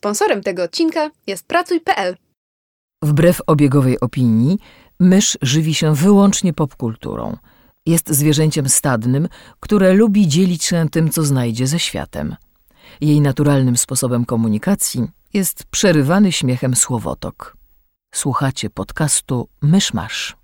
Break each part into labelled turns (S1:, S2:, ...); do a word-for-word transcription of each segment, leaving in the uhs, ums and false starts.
S1: Sponsorem tego odcinka jest Pracuj kropka pe el.
S2: Wbrew obiegowej opinii, mysz żywi się wyłącznie popkulturą. Jest zwierzęciem stadnym, które lubi dzielić się tym, co znajdzie ze światem. Jej naturalnym sposobem komunikacji jest przerywany śmiechem słowotok. Słuchacie podcastu Mysz Masz.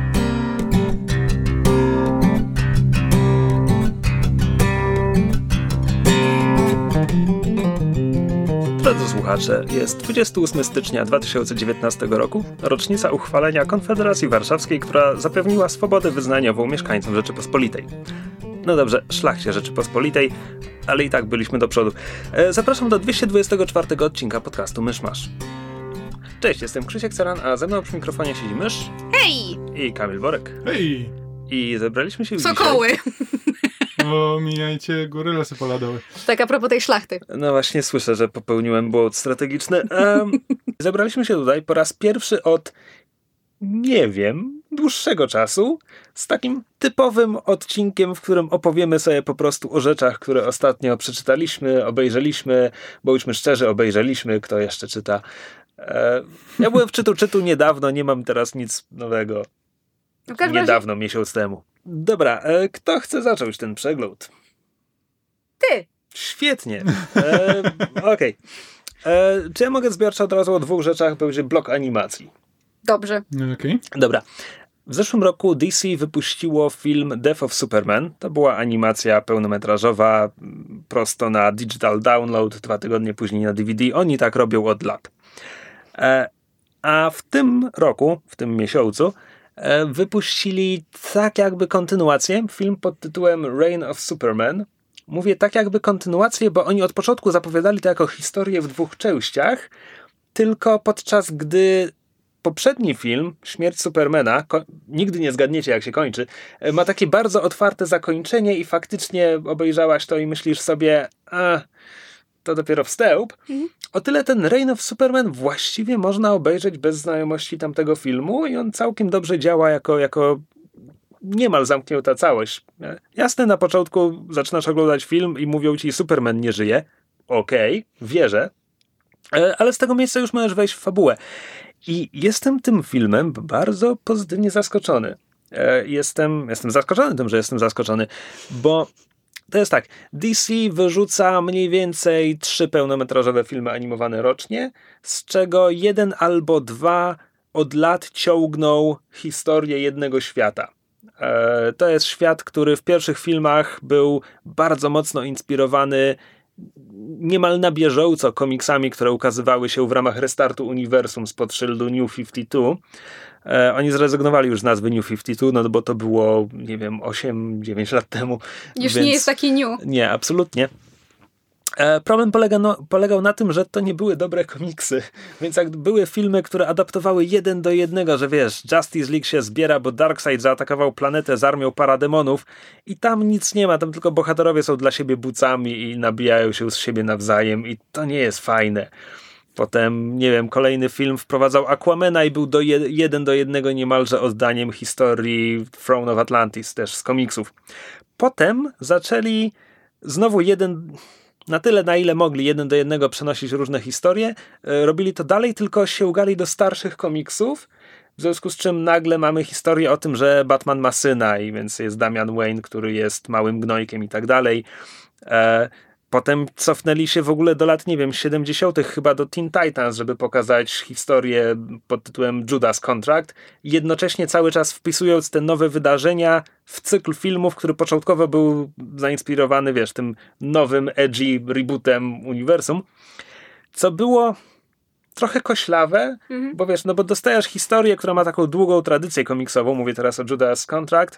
S3: Drodzy słuchacze, jest dwudziestego ósmego stycznia dwa tysiące dziewiętnastego roku, rocznica uchwalenia Konfederacji Warszawskiej, która zapewniła swobodę wyznaniową mieszkańcom Rzeczypospolitej. No dobrze, szlachcie Rzeczypospolitej, ale i tak byliśmy do przodu. E, zapraszam do dwieście dwudziestego czwartego odcinka podcastu Mysz Masz. Cześć, jestem Krzysiek Ceran, a ze mną przy mikrofonie siedzi Mysz.
S1: Hej!
S3: I Kamil Borek.
S4: Hej!
S3: I zebraliśmy się
S1: Sokoły!
S3: dzisiaj...
S4: O, mijajcie, góry lasy poladowe.
S1: Tak a propos tej szlachty.
S3: No właśnie słyszę, że popełniłem błąd strategiczny. Um, zebraliśmy się tutaj po raz pierwszy od, nie wiem, dłuższego czasu z takim typowym odcinkiem, w którym opowiemy sobie po prostu o rzeczach, które ostatnio przeczytaliśmy, obejrzeliśmy, bądźmy szczerzy, obejrzeliśmy, kto jeszcze czyta. E, ja byłem w czytu czytu niedawno, nie mam teraz nic nowego. Niedawno, razie... miesiąc temu. Dobra, e, kto chce zacząć ten przegląd?
S1: Ty!
S3: Świetnie. E, Okej. Okay. Czy ja mogę zbiorczo od razu o dwóch rzeczach? Będzie blok animacji.
S1: Dobrze.
S4: Okej. Okay.
S3: Dobra. W zeszłym roku D C wypuściło film Death of Superman. To była animacja pełnometrażowa, prosto na digital download, dwa tygodnie później na D V D. Oni tak robią od lat. E, a w tym roku, w tym miesiącu, wypuścili tak jakby kontynuację, film pod tytułem Reign of Superman. Mówię tak jakby kontynuację, bo oni od początku zapowiadali to jako historię w dwóch częściach, tylko podczas gdy poprzedni film, Śmierć Supermana, ko- nigdy nie zgadniecie jak się kończy, ma takie bardzo otwarte zakończenie i faktycznie obejrzałaś to i myślisz sobie, a to dopiero wstęp. Mhm. O tyle ten Reign of Superman właściwie można obejrzeć bez znajomości tamtego filmu i on całkiem dobrze działa jako, jako niemal zamknięta całość. Jasne, na początku zaczynasz oglądać film i mówią ci Superman nie żyje. Okej, okay, wierzę. Ale z tego miejsca już możesz wejść w fabułę. I jestem tym filmem bardzo pozytywnie zaskoczony. Jestem, jestem zaskoczony tym, że jestem zaskoczony, bo to jest tak, D C wyrzuca mniej więcej trzy pełnometrażowe filmy animowane rocznie, z czego jeden albo dwa od lat ciągną historię jednego świata. E, to jest świat, który w pierwszych filmach był bardzo mocno inspirowany niemal na bieżąco komiksami, które ukazywały się w ramach restartu uniwersum spod szyldu New pięćdziesiąt dwa. E, oni zrezygnowali już z nazwy New pięćdziesiąt dwa, no bo to było, nie wiem, osiem dziewięć lat temu.
S1: Już
S3: więc...
S1: nie jest taki new.
S3: Nie, absolutnie. E, problem polega no, polegał na tym, że to nie były dobre komiksy. Więc jak były filmy, które adaptowały jeden do jednego, że wiesz, Justice League się zbiera, bo Darkseid zaatakował planetę z armią parademonów i tam nic nie ma, tam tylko bohaterowie są dla siebie bucami i nabijają się z siebie nawzajem i to nie jest fajne. Potem, nie wiem, kolejny film wprowadzał Aquamana i był do je- jeden do jednego niemalże oddaniem historii Throne of Atlantis, też z komiksów. Potem zaczęli znowu jeden, na tyle na ile mogli, jeden do jednego przenosić różne historie. E, robili to dalej, tylko sięgali do starszych komiksów, w związku z czym nagle mamy historię o tym, że Batman ma syna i więc jest Damian Wayne, który jest małym gnojkiem i tak dalej. E, Potem cofnęli się w ogóle do lat, nie wiem, siedemdziesiątych chyba do Teen Titans, żeby pokazać historię pod tytułem Judas Contract, jednocześnie cały czas wpisując te nowe wydarzenia w cykl filmów, który początkowo był zainspirowany, wiesz, tym nowym, edgy rebootem uniwersum, co było trochę koślawe, mhm. bo wiesz, no bo dostajesz historię, która ma taką długą tradycję komiksową, mówię teraz o Judas Contract,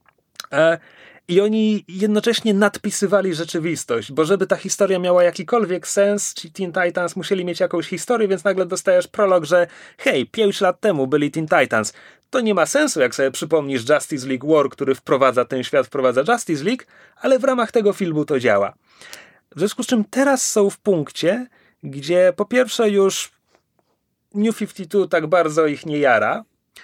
S3: e, i oni jednocześnie nadpisywali rzeczywistość, bo żeby ta historia miała jakikolwiek sens, ci Teen Titans musieli mieć jakąś historię, więc nagle dostajesz prolog, że hej, pięć lat temu byli Teen Titans. To nie ma sensu, jak sobie przypomnisz Justice League War, który wprowadza ten świat, wprowadza Justice League, ale w ramach tego filmu to działa. W związku z czym teraz są w punkcie, gdzie po pierwsze już New pięćdziesiąt dwa tak bardzo ich nie jara,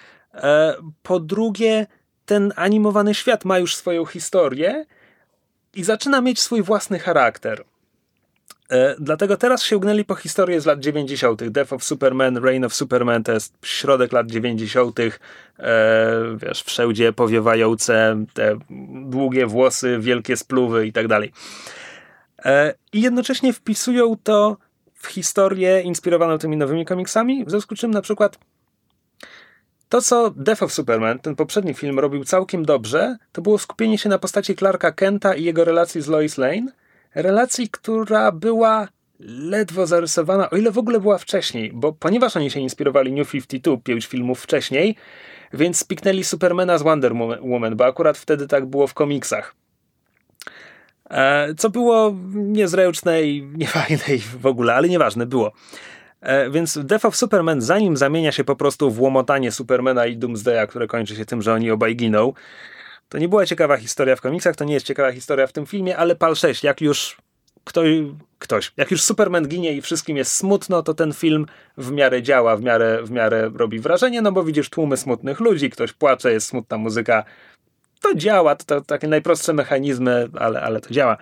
S3: e, po drugie ten animowany świat ma już swoją historię i zaczyna mieć swój własny charakter. E, dlatego teraz sięgnęli po historię z lat dziewięćdziesiątych. Death of Superman, Reign of Superman to jest środek lat dziewięćdziesiątych. E, wiesz, wszędzie powiewające te długie włosy, wielkie spluwy i tak dalej. E, I jednocześnie wpisują to w historię inspirowaną tymi nowymi komiksami, w związku z czym na przykład to, co Death of Superman, ten poprzedni film, robił całkiem dobrze, to było skupienie się na postaci Clarka Kenta i jego relacji z Lois Lane. Relacji, która była ledwo zarysowana, o ile w ogóle była wcześniej, bo ponieważ oni się inspirowali New pięćdziesiąt dwa, pięć filmów wcześniej, więc spiknęli Supermana z Wonder Woman, bo akurat wtedy tak było w komiksach. Co było niezręczne i niefajne i w ogóle, ale nieważne, było. Więc Death of Superman, zanim zamienia się po prostu w łomotanie Supermana i Doomsdaya, które kończy się tym, że oni obaj giną, to nie była ciekawa historia w komiksach, to nie jest ciekawa historia w tym filmie, ale pal sześć, jak już ktoś, ktoś, jak już Superman ginie i wszystkim jest smutno, to ten film w miarę działa, w miarę, w miarę robi wrażenie, no bo widzisz tłumy smutnych ludzi, ktoś płacze, jest smutna muzyka, to działa, to, to takie najprostsze mechanizmy, ale, ale to działa.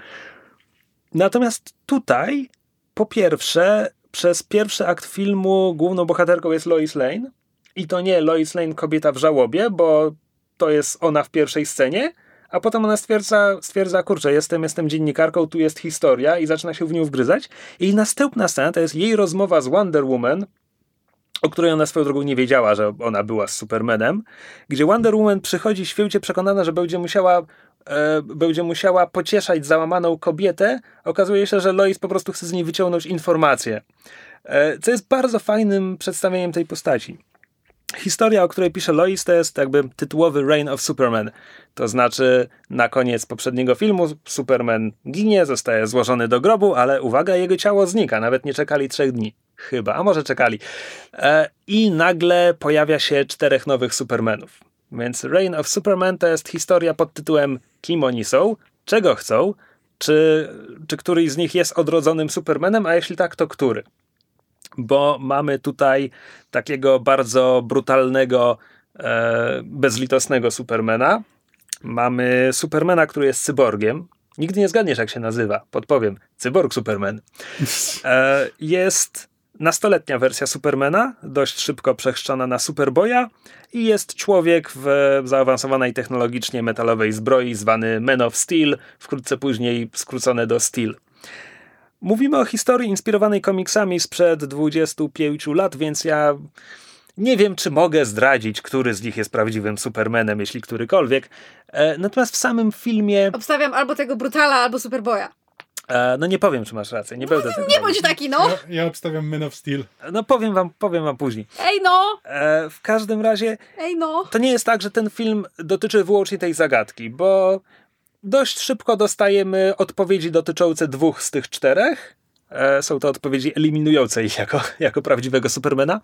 S3: Natomiast tutaj, po pierwsze, przez pierwszy akt filmu główną bohaterką jest Lois Lane i to nie Lois Lane kobieta w żałobie, bo to jest ona w pierwszej scenie, a potem ona stwierdza, stwierdza kurczę, jestem, jestem dziennikarką, tu jest historia i zaczyna się w nią wgryzać. I następna scena to jest jej rozmowa z Wonder Woman, o której ona swoją drogą nie wiedziała, że ona była z Supermanem, gdzie Wonder Woman przychodzi święcie przekonana, że będzie musiała e, będzie musiała pocieszać załamaną kobietę. Okazuje się, że Lois po prostu chce z niej wyciągnąć informacje. E, co jest bardzo fajnym przedstawieniem tej postaci. Historia, o której pisze Lois, to jest jakby tytułowy Reign of Superman. To znaczy, na koniec poprzedniego filmu Superman ginie, zostaje złożony do grobu, ale uwaga, jego ciało znika. Nawet nie czekali trzech dni. Chyba, a może czekali. E, I nagle pojawia się czterech nowych Supermanów. Więc Reign of Superman to jest historia pod tytułem kim oni są, czego chcą, czy, czy któryś z nich jest odrodzonym Supermanem, a jeśli tak, to który? Bo mamy tutaj takiego bardzo brutalnego, e, bezlitosnego Supermana. Mamy Supermana, który jest cyborgiem. Nigdy nie zgadniesz, jak się nazywa. Podpowiem. Cyborg Superman. E, jest nastoletnia wersja Supermana, dość szybko przechrzczona na Superboya i jest człowiek w zaawansowanej technologicznie metalowej zbroi zwany Man of Steel, wkrótce później skrócone do Steel. Mówimy o historii inspirowanej komiksami sprzed dwudziestu pięciu lat, więc ja nie wiem, czy mogę zdradzić, który z nich jest prawdziwym Supermanem, jeśli którykolwiek. E, natomiast w samym filmie...
S1: Obstawiam albo tego Brutala, albo Superboya.
S3: E, no nie powiem, czy masz rację. Nie będę tego
S1: Nie
S3: robić.
S1: bądź taki, no!
S4: Ja, ja obstawiam Man of Steel.
S3: No powiem wam, powiem wam później.
S1: Ej, no!
S3: E, w każdym razie
S1: Ej, no!
S3: to nie jest tak, że ten film dotyczy wyłącznie tej zagadki, bo dość szybko dostajemy odpowiedzi dotyczące dwóch z tych czterech. E, są to odpowiedzi eliminujące ich jako, jako prawdziwego Supermana.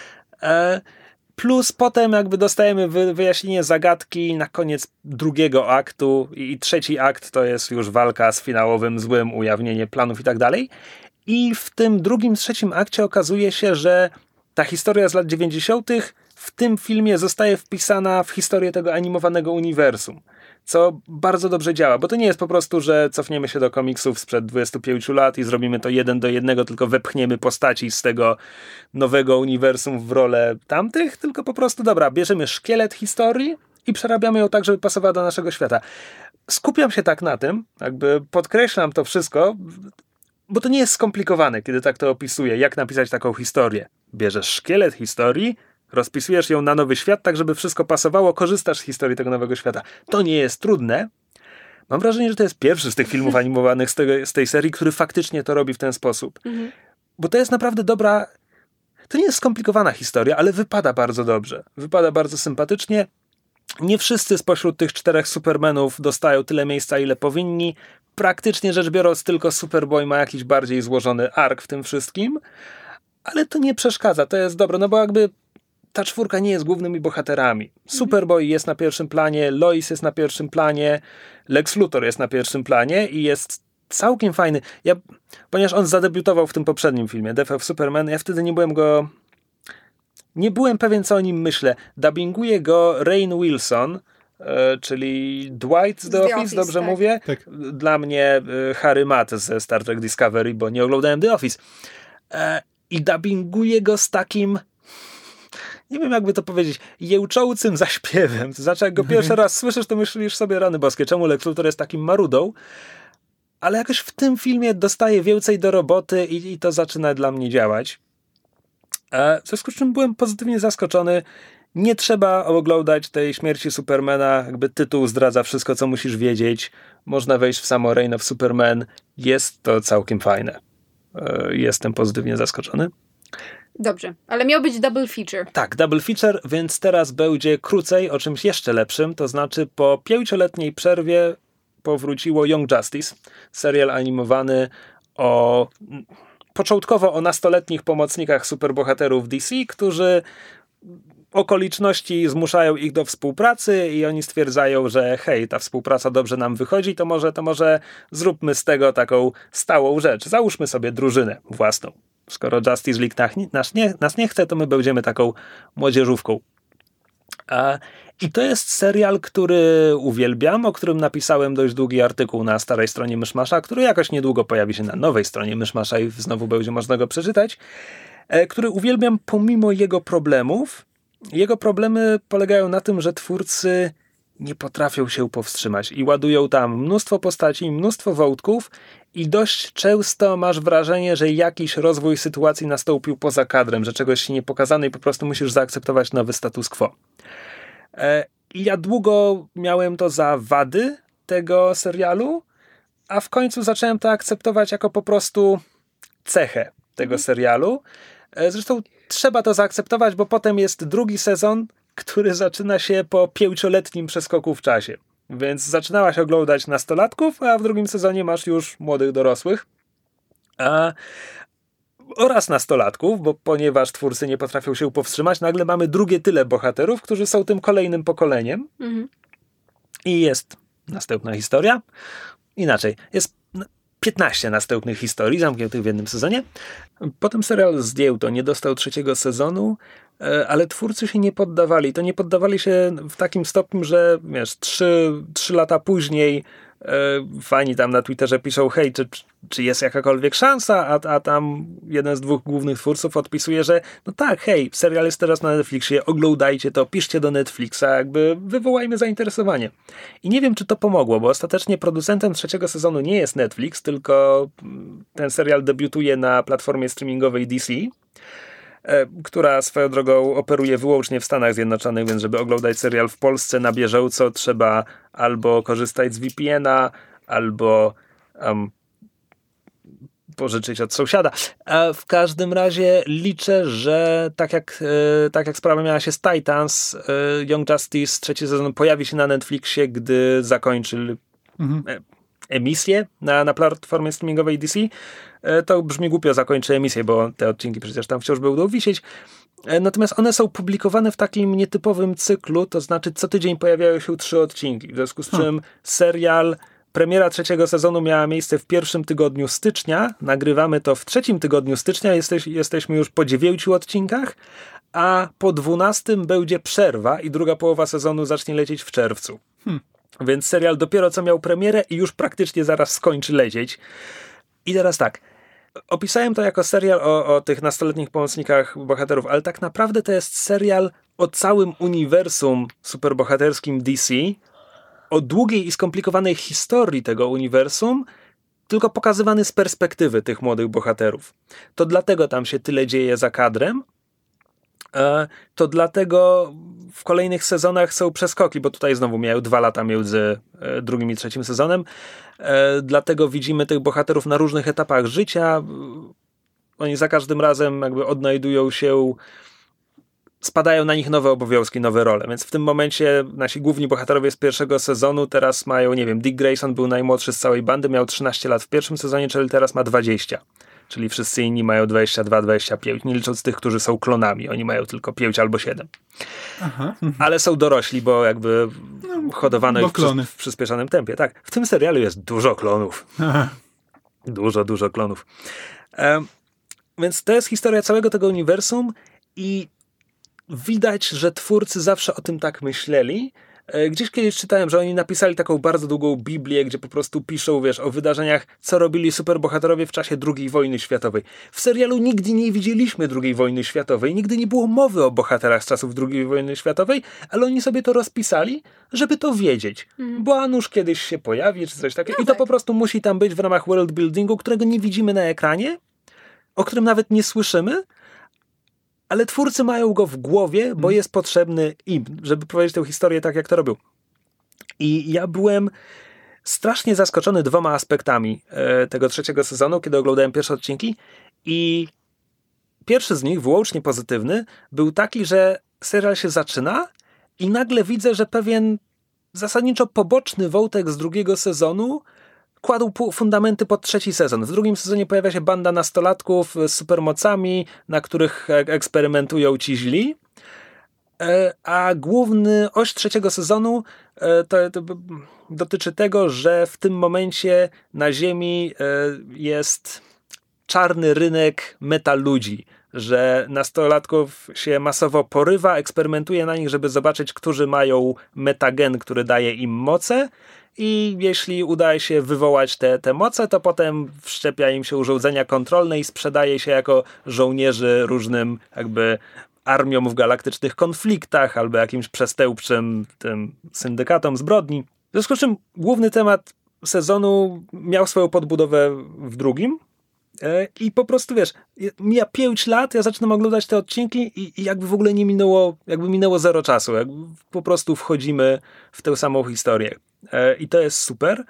S3: E, plus potem jakby dostajemy wy, wyjaśnienie zagadki na koniec drugiego aktu i, i trzeci akt to jest już walka z finałowym złym, ujawnienie planów i tak dalej. I w tym drugim, trzecim akcie okazuje się, że ta historia z lat dziewięćdziesiątych w tym filmie zostaje wpisana w historię tego animowanego uniwersum. Co bardzo dobrze działa, bo to nie jest po prostu, że cofniemy się do komiksów sprzed dwudziestu pięciu lat i zrobimy to jeden do jednego, tylko wepchniemy postaci z tego nowego uniwersum w rolę tamtych, tylko po prostu, dobra, bierzemy szkielet historii i przerabiamy ją tak, żeby pasowała do naszego świata. Skupiam się tak na tym, jakby podkreślam to wszystko, bo to nie jest skomplikowane, kiedy tak to opisuję, jak napisać taką historię. Bierzesz szkielet historii, rozpisujesz ją na nowy świat, tak żeby wszystko pasowało, korzystasz z historii tego nowego świata. To nie jest trudne. Mam wrażenie, że to jest pierwszy z tych filmów animowanych z, tego, z tej serii, który faktycznie to robi w ten sposób. Mhm. Bo to jest naprawdę dobra... To nie jest skomplikowana historia, ale wypada bardzo dobrze. Wypada bardzo sympatycznie. Nie wszyscy spośród tych czterech Supermanów dostają tyle miejsca, ile powinni. Praktycznie rzecz biorąc, tylko Superboy ma jakiś bardziej złożony ark w tym wszystkim. Ale to nie przeszkadza, to jest dobre, no bo jakby ta czwórka nie jest głównymi bohaterami. Superboy jest na pierwszym planie, Lois jest na pierwszym planie, Lex Luthor jest na pierwszym planie i jest całkiem fajny. Ja, ponieważ on zadebiutował w tym poprzednim filmie, Death of Superman, ja wtedy nie byłem go... Nie byłem pewien, co o nim myślę. Dubbinguje go Rainn Wilson, e, czyli Dwight z The,
S1: The
S3: Office,
S1: Office,
S3: dobrze
S1: tak.
S3: mówię?
S4: Tak.
S3: Dla mnie e, Harry Matt ze Star Trek Discovery, bo nie oglądałem The Office. E, I dubbinguje go z takim, nie wiem jakby to powiedzieć, jełczołcym zaśpiewem. To znaczy jak go pierwszy raz słyszysz, to myślisz sobie, rany boskie, czemu Lex Luthor jest takim marudą? Ale jakoś w tym filmie dostaje więcej do roboty i, i to zaczyna dla mnie działać. E, w związku z czym byłem pozytywnie zaskoczony. Nie trzeba oglądać tej śmierci Supermana, jakby tytuł zdradza wszystko, co musisz wiedzieć. Można wejść w samo Reign of Superman. Jest to całkiem fajne. E, jestem pozytywnie zaskoczony.
S1: Dobrze, ale miał być double feature.
S3: Tak, double feature, więc teraz będzie krócej o czymś jeszcze lepszym, to znaczy po pięcioletniej przerwie powróciło Young Justice, serial animowany o początkowo o nastoletnich pomocnikach superbohaterów D C, którzy okoliczności zmuszają ich do współpracy i oni stwierdzają, że hej, ta współpraca dobrze nam wychodzi, to może, to może zróbmy z tego taką stałą rzecz. Załóżmy sobie drużynę własną. Skoro Justice League nas nie, nas nie chce, to my będziemy taką młodzieżówką. A, I to jest serial, który uwielbiam, o którym napisałem dość długi artykuł na starej stronie Myszmasza, który jakoś niedługo pojawi się na nowej stronie Myszmasza i znowu będzie można go przeczytać, e, który uwielbiam pomimo jego problemów. Jego problemy polegają na tym, że twórcy nie potrafią się powstrzymać i ładują tam mnóstwo postaci, mnóstwo wątków i dość często masz wrażenie, że jakiś rozwój sytuacji nastąpił poza kadrem, że czegoś się nie pokazano i po prostu musisz zaakceptować nowy status quo. I ja długo miałem to za wady tego serialu, a w końcu zacząłem to akceptować jako po prostu cechę tego serialu. Zresztą trzeba to zaakceptować, bo potem jest drugi sezon, który zaczyna się po pięcioletnim przeskoku w czasie. Więc zaczynałaś oglądać nastolatków, a w drugim sezonie masz już młodych dorosłych. A, oraz nastolatków, bo ponieważ twórcy nie potrafią się powstrzymać, nagle mamy drugie tyle bohaterów, którzy są tym kolejnym pokoleniem. Mhm. I jest następna historia. Inaczej, jest piętnaście następnych historii zamkniętych w jednym sezonie. Potem serial zdjął to, nie dostał trzeciego sezonu, ale twórcy się nie poddawali. To nie poddawali się w takim stopniu, że wiesz, trzy, trzy lata później e, fani tam na Twitterze piszą, hej, czy, czy jest jakakolwiek szansa? A, a tam jeden z dwóch głównych twórców odpisuje, że no tak, hej, serial jest teraz na Netflixie, oglądajcie to, piszcie do Netflixa, jakby wywołajmy zainteresowanie. I nie wiem, czy to pomogło, bo ostatecznie producentem trzeciego sezonu nie jest Netflix, tylko ten serial debiutuje na platformie streamingowej D C, która swoją drogą operuje wyłącznie w Stanach Zjednoczonych, więc żeby oglądać serial w Polsce na bieżąco trzeba albo korzystać z V P N-a, albo um, pożyczyć od sąsiada. A w każdym razie liczę, że tak jak, e, tak jak sprawa miała się z Titans, e, Young Justice trzeci sezon pojawi się na Netflixie, gdy zakończy mhm. e, emisję na, na platformie streamingowej D C. To brzmi głupio, zakończy emisję, bo te odcinki przecież tam wciąż będą wisieć. Natomiast one są publikowane w takim nietypowym cyklu, to znaczy co tydzień pojawiają się trzy odcinki. W związku z czym hmm. serial, premiera trzeciego sezonu miała miejsce w pierwszym tygodniu stycznia, nagrywamy to w trzecim tygodniu stycznia, jesteś, jesteśmy już po dziewięciu odcinkach, a po dwunastym będzie przerwa i druga połowa sezonu zacznie lecieć w czerwcu. Hmm. Więc serial dopiero co miał premierę i już praktycznie zaraz skończy lecieć. I teraz tak, opisałem to jako serial o, o tych nastoletnich pomocnikach bohaterów, ale tak naprawdę to jest serial o całym uniwersum superbohaterskim D C, o długiej i skomplikowanej historii tego uniwersum, tylko pokazywany z perspektywy tych młodych bohaterów. To dlatego tam się tyle dzieje za kadrem, to dlatego w kolejnych sezonach są przeskoki, bo tutaj znowu miały dwa lata między drugim i trzecim sezonem. Dlatego widzimy tych bohaterów na różnych etapach życia. Oni za każdym razem jakby odnajdują się, spadają na nich nowe obowiązki, nowe role. Więc w tym momencie nasi główni bohaterowie z pierwszego sezonu teraz mają, nie wiem, Dick Grayson był najmłodszy z całej bandy, miał trzynaście lat w pierwszym sezonie, czyli teraz ma dwadzieścia. Czyli wszyscy inni mają dwadzieścia dwa dwadzieścia pięć, nie licząc tych, którzy są klonami. Oni mają tylko pięć albo siedem. Aha. Ale są dorośli, bo jakby no, hodowano ich w, w przyspieszonym tempie. Tak, w tym serialu jest dużo klonów. Aha. Dużo, dużo klonów. Um, więc to jest historia całego tego uniwersum i widać, że twórcy zawsze o tym tak myśleli. Gdzieś kiedyś czytałem, że oni napisali taką bardzo długą Biblię, gdzie po prostu piszą, wiesz, o wydarzeniach, co robili superbohaterowie w czasie drugiej wojny światowej. W serialu nigdy nie widzieliśmy drugiej wojny światowej, nigdy nie było mowy o bohaterach z czasów drugiej wojny światowej, ale oni sobie to rozpisali, żeby to wiedzieć. Mhm. Bo a nuż kiedyś się pojawi, czy coś takiego. No I to tak. po prostu musi tam być w ramach world buildingu, którego nie widzimy na ekranie, o którym nawet nie słyszymy, ale twórcy mają go w głowie, bo jest potrzebny im, żeby powiedzieć tę historię tak, jak to robił. I ja byłem strasznie zaskoczony dwoma aspektami e, tego trzeciego sezonu, kiedy oglądałem pierwsze odcinki. I pierwszy z nich, wyłącznie pozytywny, był taki, że serial się zaczyna i nagle widzę, że pewien zasadniczo poboczny wątek z drugiego sezonu kładł fundamenty pod trzeci sezon. W drugim sezonie pojawia się banda nastolatków z supermocami, na których eksperymentują ci źli. A główny oś trzeciego sezonu to, to dotyczy tego, że w tym momencie na Ziemi jest czarny rynek metaludzi, że nastolatków się masowo porywa, eksperymentuje na nich, żeby zobaczyć, którzy mają metagen, który daje im moce. I jeśli udaje się wywołać te, te moce, to potem wszczepia im się urządzenia kontrolne i sprzedaje się jako żołnierzy różnym jakby armiom w galaktycznych konfliktach albo jakimś przestępczym tym syndykatom zbrodni. W związku z czym główny temat sezonu miał swoją podbudowę w drugim i po prostu wiesz, mija pięć lat, ja zaczynam oglądać te odcinki i, i jakby w ogóle nie minęło, jakby minęło zero czasu, jakby po prostu wchodzimy w tę samą historię. I to jest super.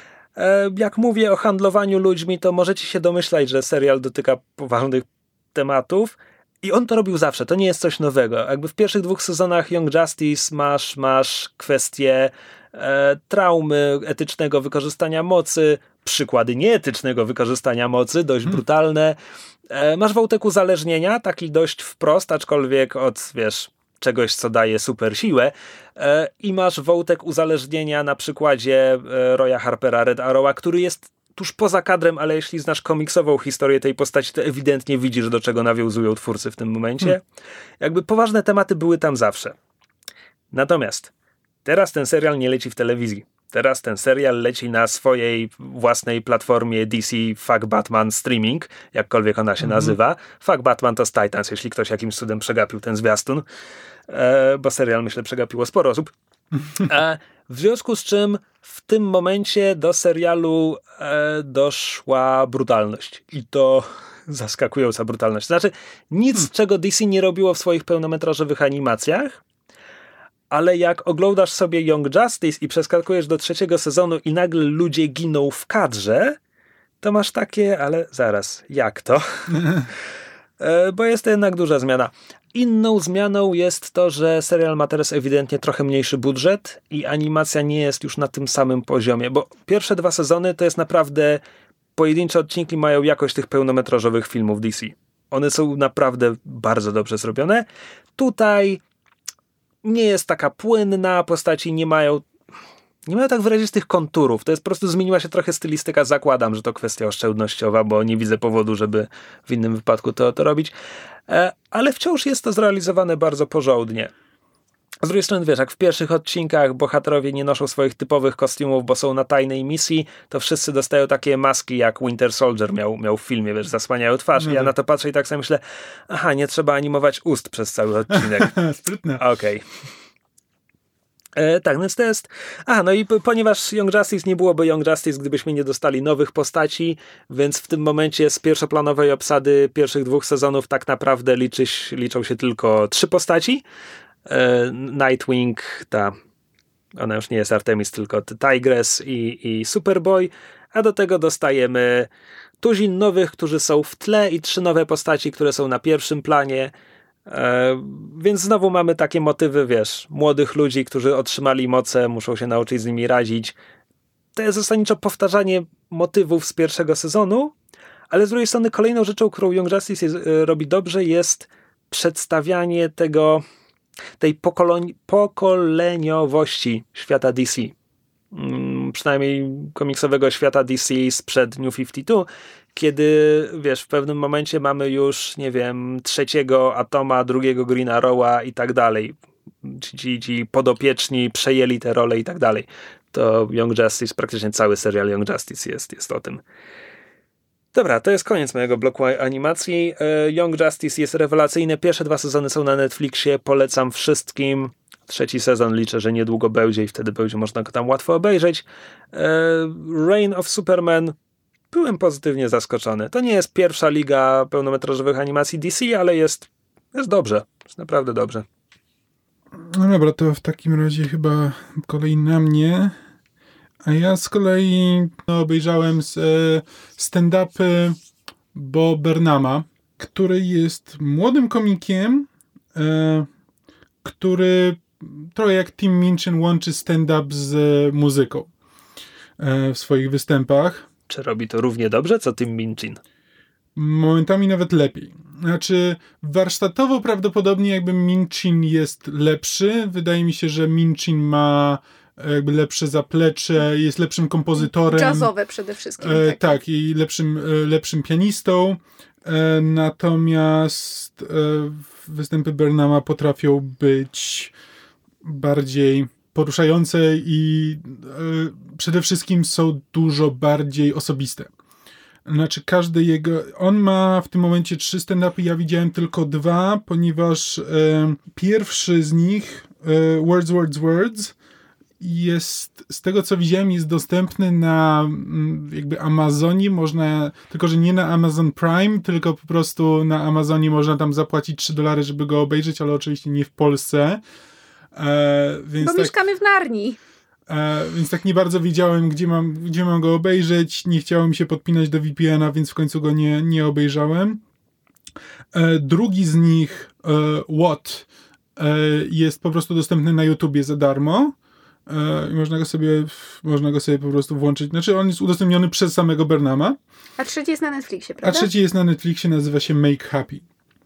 S3: Jak mówię o handlowaniu ludźmi, to możecie się domyślać, że serial dotyka poważnych tematów i on to robił zawsze. To nie jest coś nowego. Jakby w pierwszych dwóch sezonach Young Justice masz, masz kwestie e, traumy, etycznego wykorzystania mocy, przykłady nieetycznego wykorzystania mocy, dość hmm. brutalne. E, masz wątek uzależnienia, taki dość wprost, aczkolwiek od, wiesz, czegoś, co daje super siłę. E, I masz wątek uzależnienia na przykładzie e, Roya Harpera, Red Arrowa, który jest tuż poza kadrem, ale jeśli znasz komiksową historię tej postaci, to ewidentnie widzisz, do czego nawiązują twórcy w tym momencie. Hmm. Jakby poważne tematy były tam zawsze. Natomiast teraz ten serial nie leci w telewizji. Teraz ten serial leci na swojej własnej platformie D C Fuck Batman Streaming, jakkolwiek ona się mm-hmm. nazywa. Fuck Batman to z Titans, jeśli ktoś jakimś cudem przegapił ten zwiastun, e, bo serial, myślę, przegapiło sporo osób. E, w związku z czym w tym momencie do serialu e, doszła brutalność. I to zaskakująca brutalność. Znaczy, nic, hmm. czego D C nie robiło w swoich pełnometrażowych animacjach, ale jak oglądasz sobie Young Justice i przeskakujesz do trzeciego sezonu i nagle ludzie giną w kadrze, to masz takie, ale zaraz, jak to? e, bo jest to jednak duża zmiana. Inną zmianą jest to, że serial ma teraz ewidentnie trochę mniejszy budżet i animacja nie jest już na tym samym poziomie, bo pierwsze dwa sezony to jest naprawdę, pojedyncze odcinki mają jakość tych pełnometrażowych filmów D C. One są naprawdę bardzo dobrze zrobione. Tutaj nie jest taka płynna, postaci nie mają nie mają tak wyrazistych konturów. To jest po prostu, zmieniła się trochę stylistyka. Zakładam, że to kwestia oszczędnościowa, bo nie widzę powodu, żeby w innym wypadku to, to robić. E, ale wciąż jest to zrealizowane bardzo porządnie. Z drugiej strony, wiesz, jak w pierwszych odcinkach bohaterowie nie noszą swoich typowych kostiumów, bo są na tajnej misji, to wszyscy dostają takie maski, jak Winter Soldier miał, miał w filmie, wiesz, zasłaniają twarz. I ja na to patrzę i tak sobie myślę, aha, nie trzeba animować ust przez cały odcinek.
S4: Sprytne.
S3: Okej. Okay. E, tak, więc to jest... A, no i p- ponieważ Young Justice nie byłoby Young Justice, gdybyśmy nie dostali nowych postaci, więc w tym momencie z pierwszoplanowej obsady pierwszych dwóch sezonów tak naprawdę liczy, liczą się tylko trzy postaci. E, Nightwing, ta... Ona już nie jest Artemis, tylko Tigress i, i Superboy, a do tego dostajemy tuzin nowych, którzy są w tle i trzy nowe postaci, które są na pierwszym planie. E, więc znowu mamy takie motywy, wiesz, młodych ludzi, którzy otrzymali moce, muszą się nauczyć z nimi radzić. To jest zasadniczo powtarzanie motywów z pierwszego sezonu, ale z drugiej strony kolejną rzeczą, którą Young Justice jest, e, robi dobrze, jest przedstawianie tego, tej pokoleń, pokoleniowości świata D C. Hmm, przynajmniej komiksowego świata D C sprzed New pięćdziesiąt dwa, kiedy, wiesz, w pewnym momencie mamy już, nie wiem, trzeciego Atoma, drugiego Green Arrowa i tak dalej. ci, ci podopieczni przejęli te role i tak dalej. To Young Justice, praktycznie cały serial Young Justice jest, jest o tym. Dobra, to jest koniec mojego bloku animacji. Young Justice jest rewelacyjny. Pierwsze dwa sezony są na Netflixie. Polecam wszystkim. Trzeci sezon liczę, że niedługo będzie i wtedy będzie można go tam łatwo obejrzeć. Reign of Superman. Byłem pozytywnie zaskoczony. To nie jest pierwsza liga pełnometrażowych animacji D C, ale jest, jest dobrze. Jest naprawdę dobrze.
S4: No dobra, to w takim razie chyba kolej na mnie. A ja z kolei no, obejrzałem z, e, stand-upy Bo Burnhama, który jest młodym komikiem, e, który trochę jak Tim Minchin łączy stand-up z muzyką e, w swoich występach.
S3: Czy robi to równie dobrze, co Tim Minchin?
S4: Momentami nawet lepiej. Znaczy, warsztatowo prawdopodobnie jakby Minchin jest lepszy. Wydaje mi się, że Minchin ma jakby lepsze zaplecze, jest lepszym kompozytorem.
S1: Jazzowe przede wszystkim.
S4: E,
S1: tak.
S4: tak, i lepszym, e, lepszym pianistą. E, natomiast e, występy Burnhama potrafią być bardziej poruszające i e, przede wszystkim są dużo bardziej osobiste. Znaczy każdy jego... On ma w tym momencie trzy stand-upy, ja widziałem tylko dwa, ponieważ e, pierwszy z nich, e, Words, Words, Words, jest, z tego co widziałem, jest dostępny na mm, jakby Amazonie, można, tylko że nie na Amazon Prime, tylko po prostu na Amazonie można tam zapłacić trzy dolary, żeby go obejrzeć, ale oczywiście nie w Polsce. E, więc
S1: Bo
S4: tak,
S1: mieszkamy w Narni.
S4: E, więc tak nie bardzo wiedziałem, gdzie mam, gdzie mam go obejrzeć. Nie chciało mi się podpinać do V P N a, więc w końcu go nie, nie obejrzałem. E, drugi z nich, e, What, e, jest po prostu dostępny na YouTubie za darmo. E, i można go sobie, można go sobie po prostu włączyć. Znaczy on jest udostępniony przez samego Burnhama.
S1: A trzeci jest na Netflixie,
S4: A
S1: prawda?
S4: trzeci jest na Netflixie, nazywa się Make Happy.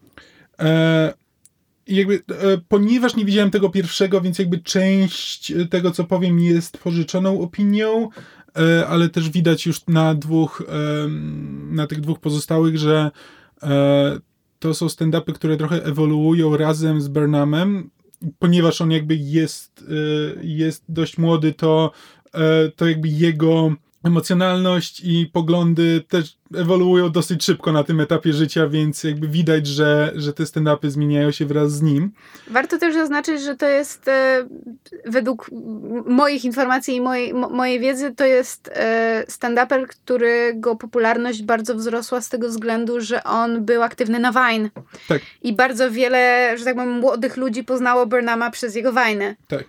S4: E, I jakby, e, ponieważ nie widziałem tego pierwszego, więc jakby część tego, co powiem, jest pożyczoną opinią, e, ale też widać już na dwóch, e, na tych dwóch pozostałych, że e, to są stand-upy, które trochę ewoluują razem z Burnhamem, ponieważ on jakby jest, e, jest dość młody, to, e, to jakby jego emocjonalność i poglądy też ewoluują dosyć szybko na tym etapie życia, więc jakby widać, że, że te stand-upy zmieniają się wraz z nim.
S1: Warto też zaznaczyć, że to jest e, według moich informacji i mojej, mo, mojej wiedzy, to jest e, stand-uper, którego popularność bardzo wzrosła z tego względu, że on był aktywny na Vine.
S4: Tak.
S1: I bardzo wiele, że tak powiem, młodych ludzi poznało Burnhama przez jego Vine'y.
S4: Tak.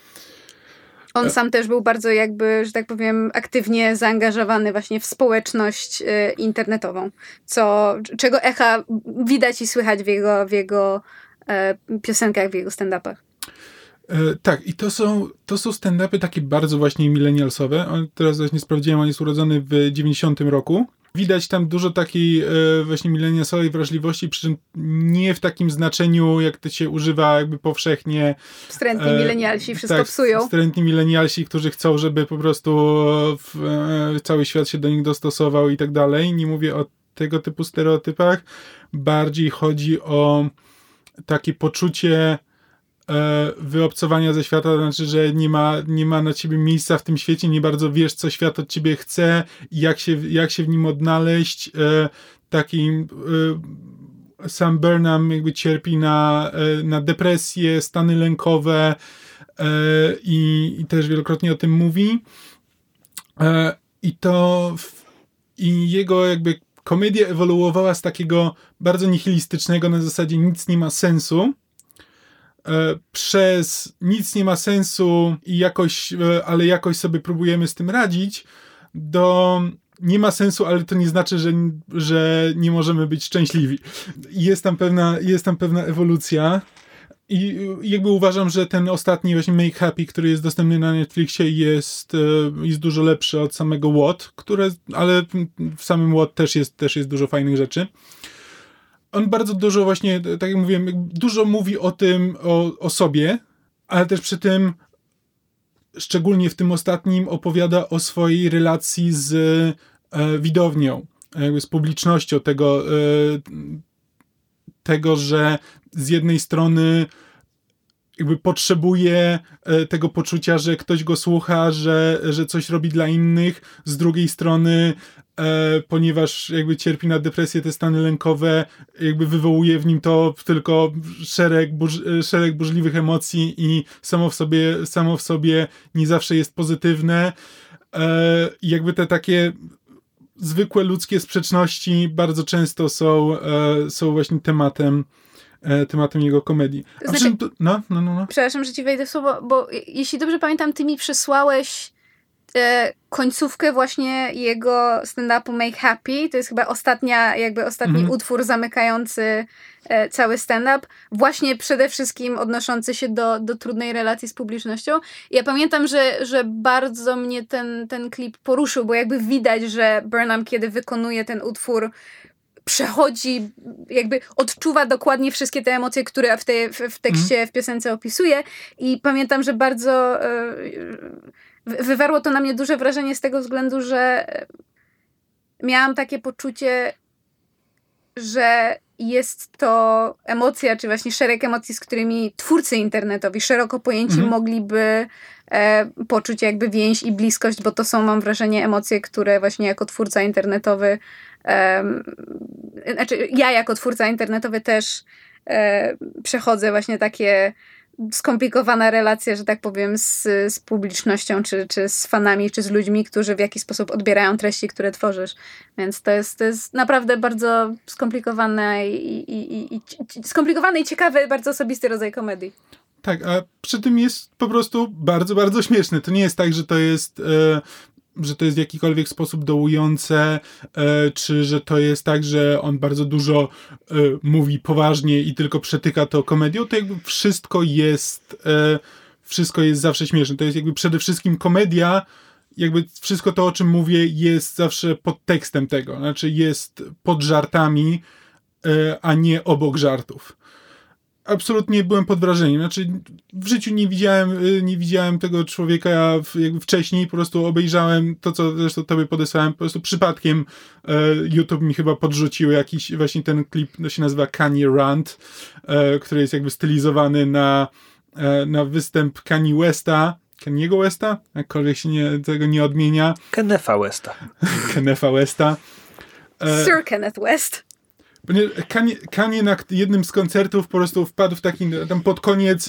S1: On sam też był bardzo jakby, że tak powiem, aktywnie zaangażowany właśnie w społeczność y, internetową, co, czego echa widać i słychać w jego, w jego y, piosenkach, w jego stand-upach.
S4: E, tak, i to są, to są stand-upy takie bardzo właśnie millennialsowe. On, teraz właśnie sprawdziłem, on jest urodzony w dziewięćdziesiątym roku. Widać tam dużo takiej e, właśnie millennialsowej wrażliwości, przy czym nie w takim znaczeniu, jak to się używa jakby powszechnie.
S1: Wstrętni
S4: e,
S1: milenialsi wszystko
S4: tak,
S1: psują.
S4: Wstrętni milenialsi, którzy chcą, żeby po prostu w, e, cały świat się do nich dostosował i tak dalej. Nie mówię o tego typu stereotypach. Bardziej chodzi o takie poczucie wyobcowania ze świata, to znaczy, że nie ma, nie ma na ciebie miejsca w tym świecie, nie bardzo wiesz, co świat od ciebie chce i jak się, jak się w nim odnaleźć. Taki sam Burnham jakby cierpi na, na depresję, stany lękowe i, i też wielokrotnie o tym mówi. I to i jego jakby komedia ewoluowała z takiego bardzo nihilistycznego, na zasadzie nic nie ma sensu, przez nic nie ma sensu i jakoś, ale jakoś sobie próbujemy z tym radzić, do nie ma sensu, ale to nie znaczy, że, że nie możemy być szczęśliwi. Jest tam pewna, jest tam pewna ewolucja i jakby uważam, że ten ostatni właśnie Make Happy, który jest dostępny na Netflixie, jest, jest dużo lepszy od samego What, które, ale w samym What też jest, też jest dużo fajnych rzeczy. On bardzo dużo właśnie, tak jak mówiłem, dużo mówi o tym, o, o sobie, ale też przy tym, szczególnie w tym ostatnim, opowiada o swojej relacji z e, widownią, jakby z publicznością tego, e, tego, że z jednej strony jakby potrzebuje tego poczucia, że ktoś go słucha, że, że coś robi dla innych. Z drugiej strony, e, ponieważ jakby cierpi na depresję, te stany lękowe, jakby wywołuje w nim to tylko szereg, burz, szereg burzliwych emocji i samo w sobie, samo w sobie nie zawsze jest pozytywne. E, jakby te takie zwykłe ludzkie sprzeczności bardzo często są, e, są właśnie tematem tematem jego komedii. A
S1: znaczy,
S4: czym to, no, no, no, no.
S1: Przepraszam, że ci wejdę w słowo, bo jeśli dobrze pamiętam, ty mi przysłałeś e, końcówkę właśnie jego stand-upu Make Happy. To jest chyba ostatnia, jakby ostatni mhm. utwór zamykający e, cały stand-up. Właśnie przede wszystkim odnoszący się do, do trudnej relacji z publicznością. I ja pamiętam, że, że bardzo mnie ten, ten klip poruszył, bo jakby widać, że Burnham, kiedy wykonuje ten utwór, przechodzi, jakby odczuwa dokładnie wszystkie te emocje, które w, tej, w, w tekście, mm. w piosence opisuje i pamiętam, że bardzo y, wywarło to na mnie duże wrażenie z tego względu, że miałam takie poczucie, że jest to emocja, czy właśnie szereg emocji, z którymi twórcy internetowi, szeroko pojęci, mm. mogliby e, poczuć jakby więź i bliskość, bo to są, mam wrażenie, emocje, które właśnie jako twórca internetowy Um, znaczy ja jako twórca internetowy też e, przechodzę właśnie takie skomplikowane relacje, że tak powiem, z, z publicznością, czy, czy z fanami, czy z ludźmi, którzy w jakiś sposób odbierają treści, które tworzysz. Więc to jest, to jest naprawdę bardzo skomplikowane i, i, i, i skomplikowany i ciekawy, bardzo osobisty rodzaj komedii.
S4: Tak, a przy tym jest po prostu bardzo, bardzo śmieszny. To nie jest tak, że to jest e, że to jest w jakikolwiek sposób dołujące, e, czy że to jest tak, że on bardzo dużo e, mówi poważnie i tylko przetyka to komedią, to jakby wszystko jest e, wszystko jest zawsze śmieszne. To jest jakby przede wszystkim komedia, jakby wszystko to, o czym mówię, jest zawsze podtekstem tego. Znaczy jest pod żartami, e, a nie obok żartów. Absolutnie byłem pod wrażeniem. Znaczy, w życiu nie widziałem, nie widziałem tego człowieka jakby wcześniej, po prostu obejrzałem to, co zresztą tobie podesłałem, po prostu przypadkiem e, YouTube mi chyba podrzucił jakiś właśnie ten klip, to się nazywa Kanye Rant, e, który jest jakby stylizowany na, e, na występ Kanye Westa, Kaniego Westa, jakkolwiek się nie, tego nie odmienia.
S3: Kennetha Westa.
S4: Kennetha Westa.
S1: E, Sir Kenneth West.
S4: Kanye, Kanye na jednym z koncertów po prostu wpadł w taki, tam pod koniec,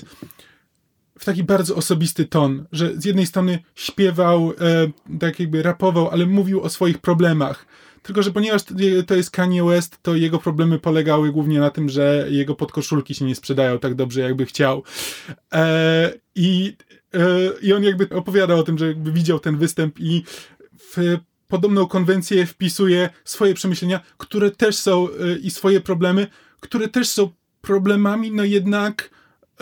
S4: w taki bardzo osobisty ton, że z jednej strony śpiewał, e, tak jakby rapował, ale mówił o swoich problemach. Tylko że ponieważ to jest Kanye West, to jego problemy polegały głównie na tym, że jego podkoszulki się nie sprzedają tak dobrze, jakby chciał. E, i, e, I on jakby opowiadał o tym, że jakby widział ten występ i w podobną konwencję wpisuje swoje przemyślenia, które też są y, i swoje problemy, które też są problemami, no jednak y,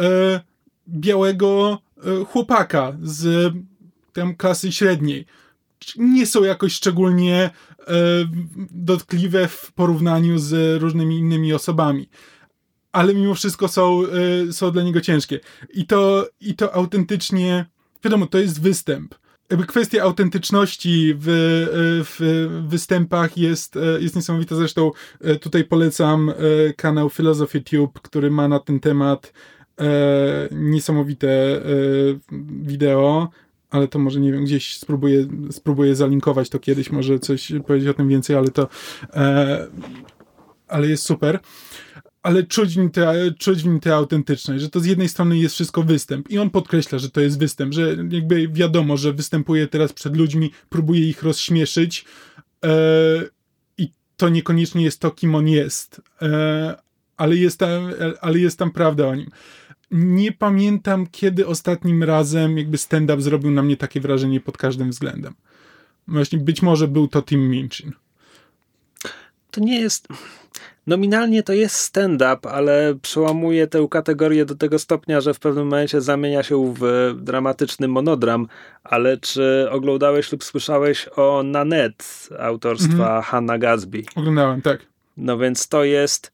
S4: białego y, chłopaka z tam klasy średniej. Nie są jakoś szczególnie y, dotkliwe w porównaniu z różnymi innymi osobami. Ale mimo wszystko są, y, są dla niego ciężkie. I to, i to autentycznie, wiadomo, to jest występ. Jakby kwestia autentyczności w, w występach jest, jest niesamowita. Zresztą tutaj polecam kanał Philosophy Tube, który ma na ten temat e, niesamowite e, wideo, ale to może, nie wiem, gdzieś spróbuję, spróbuję zalinkować to kiedyś, może coś powiedzieć o tym więcej, ale to e, ale jest super. Ale czuć w nim tę, czuć w nim tę autentyczność, że to z jednej strony jest wszystko występ i on podkreśla, że to jest występ, że jakby wiadomo, że występuje teraz przed ludźmi, próbuje ich rozśmieszyć e, i to niekoniecznie jest to, kim on jest, e, ale jest tam, ale jest tam prawda o nim. Nie pamiętam, kiedy ostatnim razem jakby stand-up zrobił na mnie takie wrażenie pod każdym względem. Właśnie być może był to Tim Minchin.
S3: To nie jest... Nominalnie to jest stand-up, ale przełamuje tę kategorię do tego stopnia, że w pewnym momencie zamienia się w dramatyczny monodram. Ale czy oglądałeś lub słyszałeś o Nanette autorstwa mhm. Hannah Gadsby?
S4: Oglądałem, tak.
S3: No więc to jest...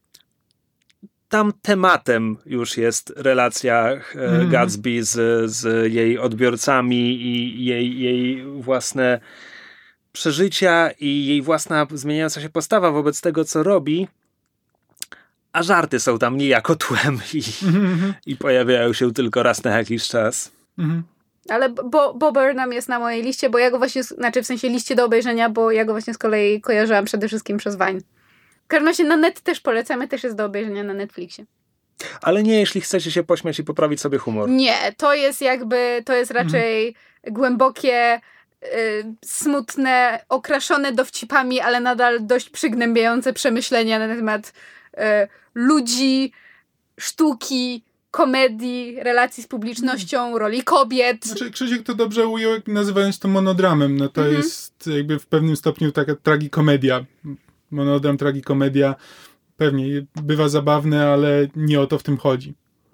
S3: Tam tematem już jest relacja mhm. Gadsby z, z jej odbiorcami i jej, jej własne przeżycia i jej własna zmieniająca się postawa wobec tego, co robi, a żarty są tam niejako tłem i, mm-hmm. i pojawiają się tylko raz na jakiś czas.
S1: Mm-hmm. Ale Bo, Bo Burnham jest na mojej liście, bo ja go właśnie, znaczy w sensie liście do obejrzenia, bo ja go właśnie z kolei kojarzyłam przede wszystkim przez Vine. W każdym razie na net też polecamy, też jest do obejrzenia na Netflixie.
S3: Ale nie, jeśli chcecie się pośmiać i poprawić sobie humor.
S1: Nie, to jest jakby, to jest raczej mhm. głębokie, y, smutne, okraszone dowcipami, ale nadal dość przygnębiające przemyślenia na temat y, ludzi, sztuki, komedii, relacji z publicznością, mhm. roli kobiet.
S4: Znaczy, Krzysiek to dobrze ujął, nazywając to monodramem. No to mhm. jest jakby w pewnym stopniu taka tragikomedia. Monodram, tragikomedia. Pewnie bywa zabawne, ale nie o to w tym chodzi.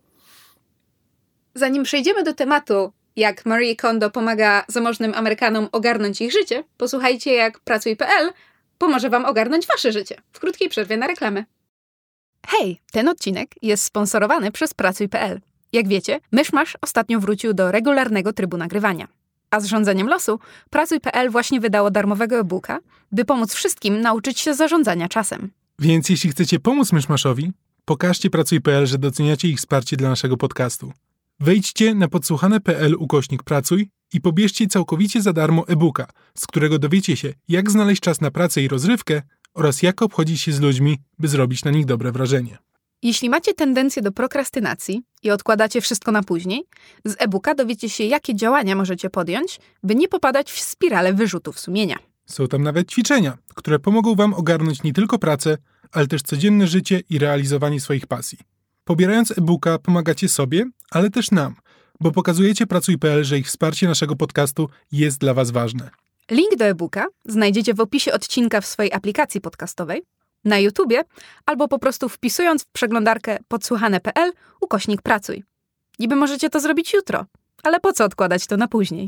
S1: Zanim przejdziemy do tematu, jak Marie Kondo pomaga zamożnym Amerykanom ogarnąć ich życie, posłuchajcie, jak Pracuj kropka pe el pomoże wam ogarnąć wasze życie. W krótkiej przerwie na reklamę. Hej, ten odcinek jest sponsorowany przez Pracuj kropka pe el. Jak wiecie, Myszmasz ostatnio wrócił do regularnego trybu nagrywania. A z rządzeniem losu Pracuj kropka pe el właśnie wydało darmowego e-booka, by pomóc wszystkim nauczyć się zarządzania czasem.
S4: Więc jeśli chcecie pomóc Myszmaszowi, pokażcie Pracuj kropka pe el, że doceniacie ich wsparcie dla naszego podcastu. Wejdźcie na podsłuchane kropka pe el ukośnik pracuj i pobierzcie całkowicie za darmo e-booka, z którego dowiecie się, jak znaleźć czas na pracę i rozrywkę oraz jak obchodzić się z ludźmi, by zrobić na nich dobre wrażenie.
S1: Jeśli macie tendencję do prokrastynacji i odkładacie wszystko na później, z e-booka dowiecie się, jakie działania możecie podjąć, by nie popadać w spiralę wyrzutów sumienia.
S4: Są tam nawet ćwiczenia, które pomogą wam ogarnąć nie tylko pracę, ale też codzienne życie i realizowanie swoich pasji. Pobierając e-booka pomagacie sobie, ale też nam, bo pokazujecie Pracuj kropka pe el, że ich wsparcie naszego podcastu jest dla was ważne.
S1: Link do e-booka znajdziecie w opisie odcinka w swojej aplikacji podcastowej, na YouTubie albo po prostu wpisując w przeglądarkę podsłuchane kropka pe el ukośnik pracuj. Niby możecie to zrobić jutro, ale po co odkładać to na później?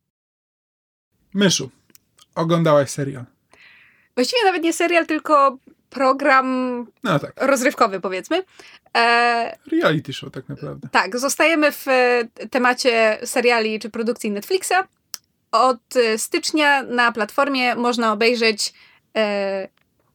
S4: Myszu, oglądałaś serial?
S1: Właściwie nawet nie serial, tylko program
S4: no tak.
S1: rozrywkowy, powiedzmy. E...
S4: Reality show tak naprawdę.
S1: Tak, zostajemy w temacie seriali czy produkcji Netflixa. Od stycznia na platformie można obejrzeć e...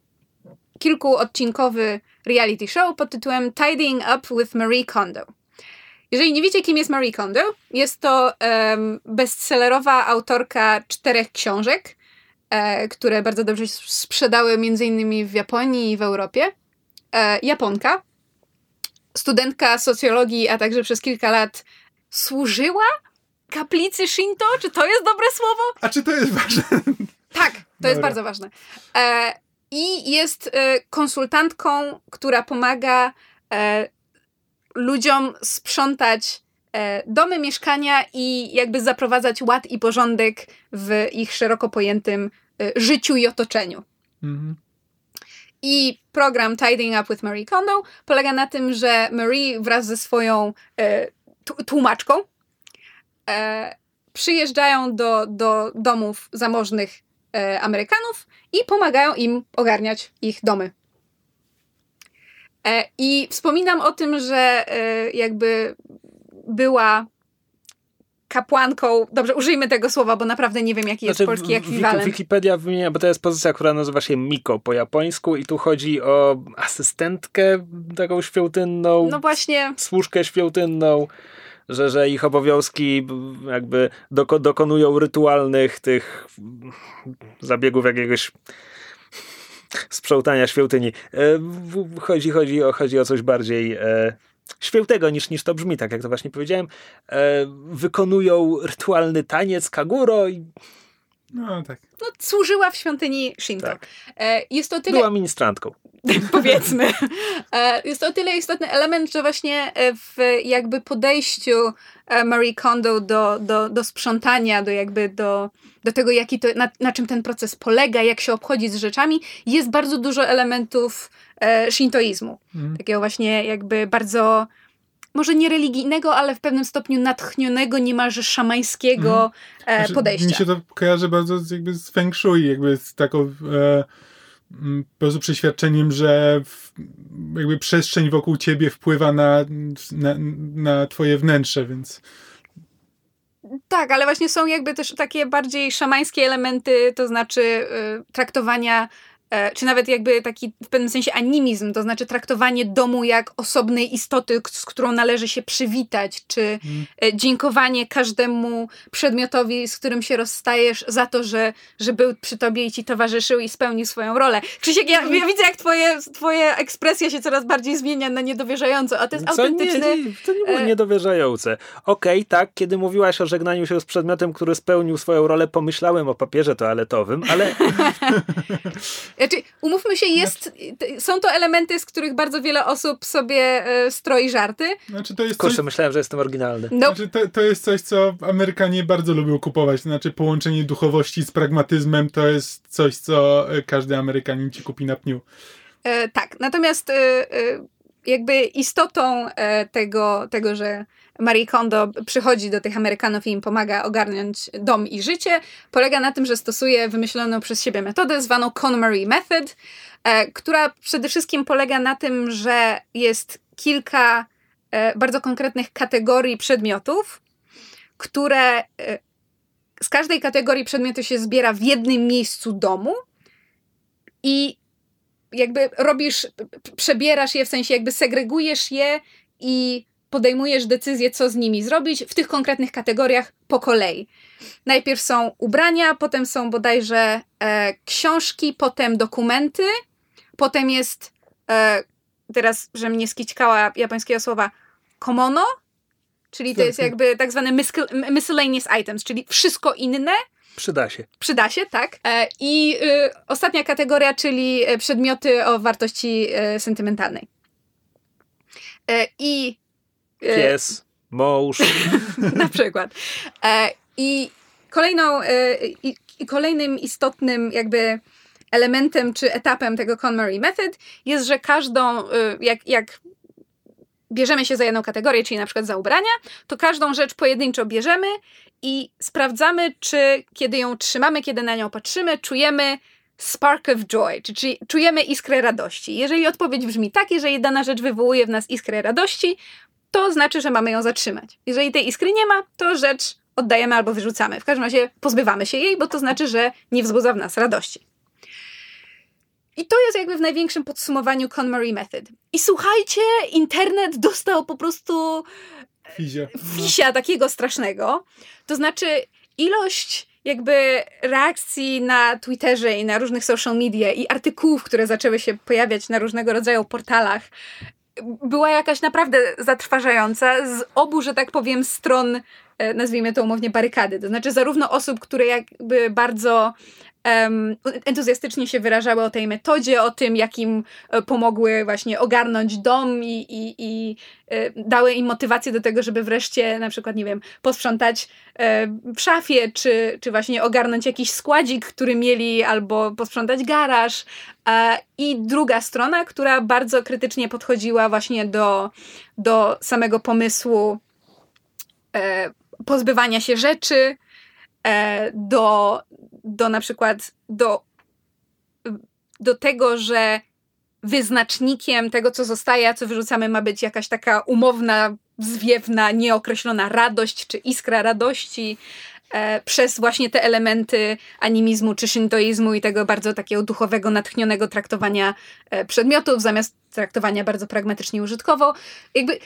S1: kilkuodcinkowy reality show pod tytułem Tidying Up with Marie Kondo. Jeżeli nie wiecie, kim jest Marie Kondo, jest to um, bestsellerowa autorka czterech książek, e, które bardzo dobrze sprzedały między innymi w Japonii i w Europie. E, Japonka, studentka socjologii, a także przez kilka lat służyła kaplicy Shinto. Czy to jest dobre słowo?
S4: A czy to jest ważne?
S1: Tak, to Dobra. jest bardzo ważne. E, I jest e, konsultantką, która pomaga e, ludziom sprzątać e, domy, mieszkania i jakby zaprowadzać ład i porządek w ich szeroko pojętym e, życiu i otoczeniu. Mhm. I program Tidying Up with Marie Kondo polega na tym, że Marie wraz ze swoją e, t- tłumaczką e, przyjeżdżają do, do domów zamożnych e, Amerykanów i pomagają im ogarniać ich domy. E, I wspominam o tym, że e, jakby była kapłanką, dobrze, użyjmy tego słowa, bo naprawdę nie wiem, jaki jest znaczy, polski ekwiwalent.
S3: Wikipedia wymienia, bo to jest pozycja, która nazywa się Miko po japońsku i tu chodzi o asystentkę taką świątynną,
S1: no właśnie,
S3: służkę świątynną, że, że ich obowiązki jakby doko, dokonują rytualnych tych zabiegów jakiegoś sprzątania świątyni. E, chodzi, chodzi, o, chodzi o coś bardziej e, świętego niż, niż to brzmi, tak jak to właśnie powiedziałem. E, wykonują rytualny taniec kaguro i
S4: no tak.
S1: No, służyła w świątyni Shinto. Tak. E, jest to tyle...
S3: Była ministrantką.
S1: Powiedzmy. E, jest to o tyle istotny element, że właśnie w jakby podejściu Marie Kondo do, do, do sprzątania, do jakby do, do tego, jaki to, na, na czym ten proces polega, jak się obchodzi z rzeczami, jest bardzo dużo elementów e, shintoizmu. Mm. Takiego właśnie jakby bardzo może nie religijnego, ale w pewnym stopniu natchnionego, niemalże szamańskiego mm. e, podejścia.
S4: Mi się to kojarzy bardzo z, jakby z feng shui, jakby z taką e, po prostu przeświadczeniem, że w, jakby przestrzeń wokół ciebie wpływa na, na, na twoje wnętrze, więc...
S1: Tak, ale właśnie są jakby też takie bardziej szamańskie elementy, to znaczy y, traktowania e, czy nawet jakby taki w pewnym sensie animizm, to znaczy traktowanie domu jak osobnej istoty, z którą należy się przywitać, czy mm. e, dziękowanie każdemu przedmiotowi, z którym się rozstajesz za to, że, że był przy tobie i ci towarzyszył i spełnił swoją rolę. Krzysiek, ja, ja widzę, jak twoje, twoja ekspresja się coraz bardziej zmienia na niedowierzająco, a to jest
S3: Co?
S1: autentyczny...
S3: Nie, nie, to nie było niedowierzające. Okej, okay, tak, kiedy mówiłaś o żegnaniu się z przedmiotem, który spełnił swoją rolę, pomyślałem o papierze toaletowym, ale...
S1: Znaczy, umówmy się, jest, są to elementy, z których bardzo wiele osób sobie e, stroi żarty.
S4: Znaczy, to jest
S3: Kurczę,
S4: coś...
S3: myślałem, że jestem oryginalny.
S1: Nope.
S4: Znaczy, to, to jest coś, co Amerykanie bardzo lubią kupować. To znaczy, połączenie duchowości z pragmatyzmem to jest coś, co każdy Amerykanin ci kupi na pniu.
S1: E, tak, natomiast e, e, jakby istotą e, tego, tego, że Marie Kondo przychodzi do tych Amerykanów i im pomaga ogarnąć dom i życie, polega na tym, że stosuje wymyśloną przez siebie metodę zwaną KonMari Method, e, która przede wszystkim polega na tym, że jest kilka e, bardzo konkretnych kategorii przedmiotów, które e, z każdej kategorii przedmiotu się zbiera w jednym miejscu domu i jakby robisz, przebierasz je, w sensie jakby segregujesz je i podejmujesz decyzję, co z nimi zrobić w tych konkretnych kategoriach po kolei. Najpierw są ubrania, potem są bodajże e, książki, potem dokumenty, potem jest, e, teraz, że mnie skićkała japońskiego słowa, komono, czyli to jest jakby tak zwane miscel- miscellaneous items, czyli wszystko inne.
S3: Przyda się.
S1: Przyda się, tak. E, I y, ostatnia kategoria, czyli przedmioty o wartości e, sentymentalnej. E, I
S3: Pies, mąż.
S1: na przykład. E, I kolejną, e, i, i kolejnym istotnym jakby elementem czy etapem tego KonMari Method jest, że każdą, e, jak, jak bierzemy się za jedną kategorię, czyli na przykład za ubrania, to każdą rzecz pojedynczo bierzemy i sprawdzamy, czy kiedy ją trzymamy, kiedy na nią patrzymy, czujemy spark of joy, czy, czy czujemy iskrę radości. Jeżeli odpowiedź brzmi tak, jeżeli dana rzecz wywołuje w nas iskrę radości, to znaczy, że mamy ją zatrzymać. Jeżeli tej iskry nie ma, to rzecz oddajemy albo wyrzucamy. W każdym razie pozbywamy się jej, bo to znaczy, że nie wzbudza w nas radości. I to jest jakby w największym podsumowaniu KonMari Method. I słuchajcie, internet dostał po prostu
S4: Fizia.
S1: fisia takiego strasznego. To znaczy ilość jakby reakcji na Twitterze i na różnych social media i artykułów, które zaczęły się pojawiać na różnego rodzaju portalach, była jakaś naprawdę zatrważająca z obu, że tak powiem, stron, nazwijmy to umownie, barykady. To znaczy zarówno osób, które jakby bardzo um, entuzjastycznie się wyrażały o tej metodzie, o tym, jak im pomogły właśnie ogarnąć dom i, i, i y, dały im motywację do tego, żeby wreszcie na przykład, nie wiem, posprzątać y, w szafie, czy, czy właśnie ogarnąć jakiś składzik, który mieli, albo posprzątać garaż. I druga strona, która bardzo krytycznie podchodziła właśnie do, do samego pomysłu e, pozbywania się rzeczy, e, do, do na przykład do, do tego, że wyznacznikiem tego, co zostaje, a co wyrzucamy, ma być jakaś taka umowna, zwiewna, nieokreślona radość, czy iskra radości, E, przez właśnie te elementy animizmu czy shintoizmu i tego bardzo takiego duchowego, natchnionego traktowania e, przedmiotów, zamiast traktowania bardzo pragmatycznie użytkowo. Jakby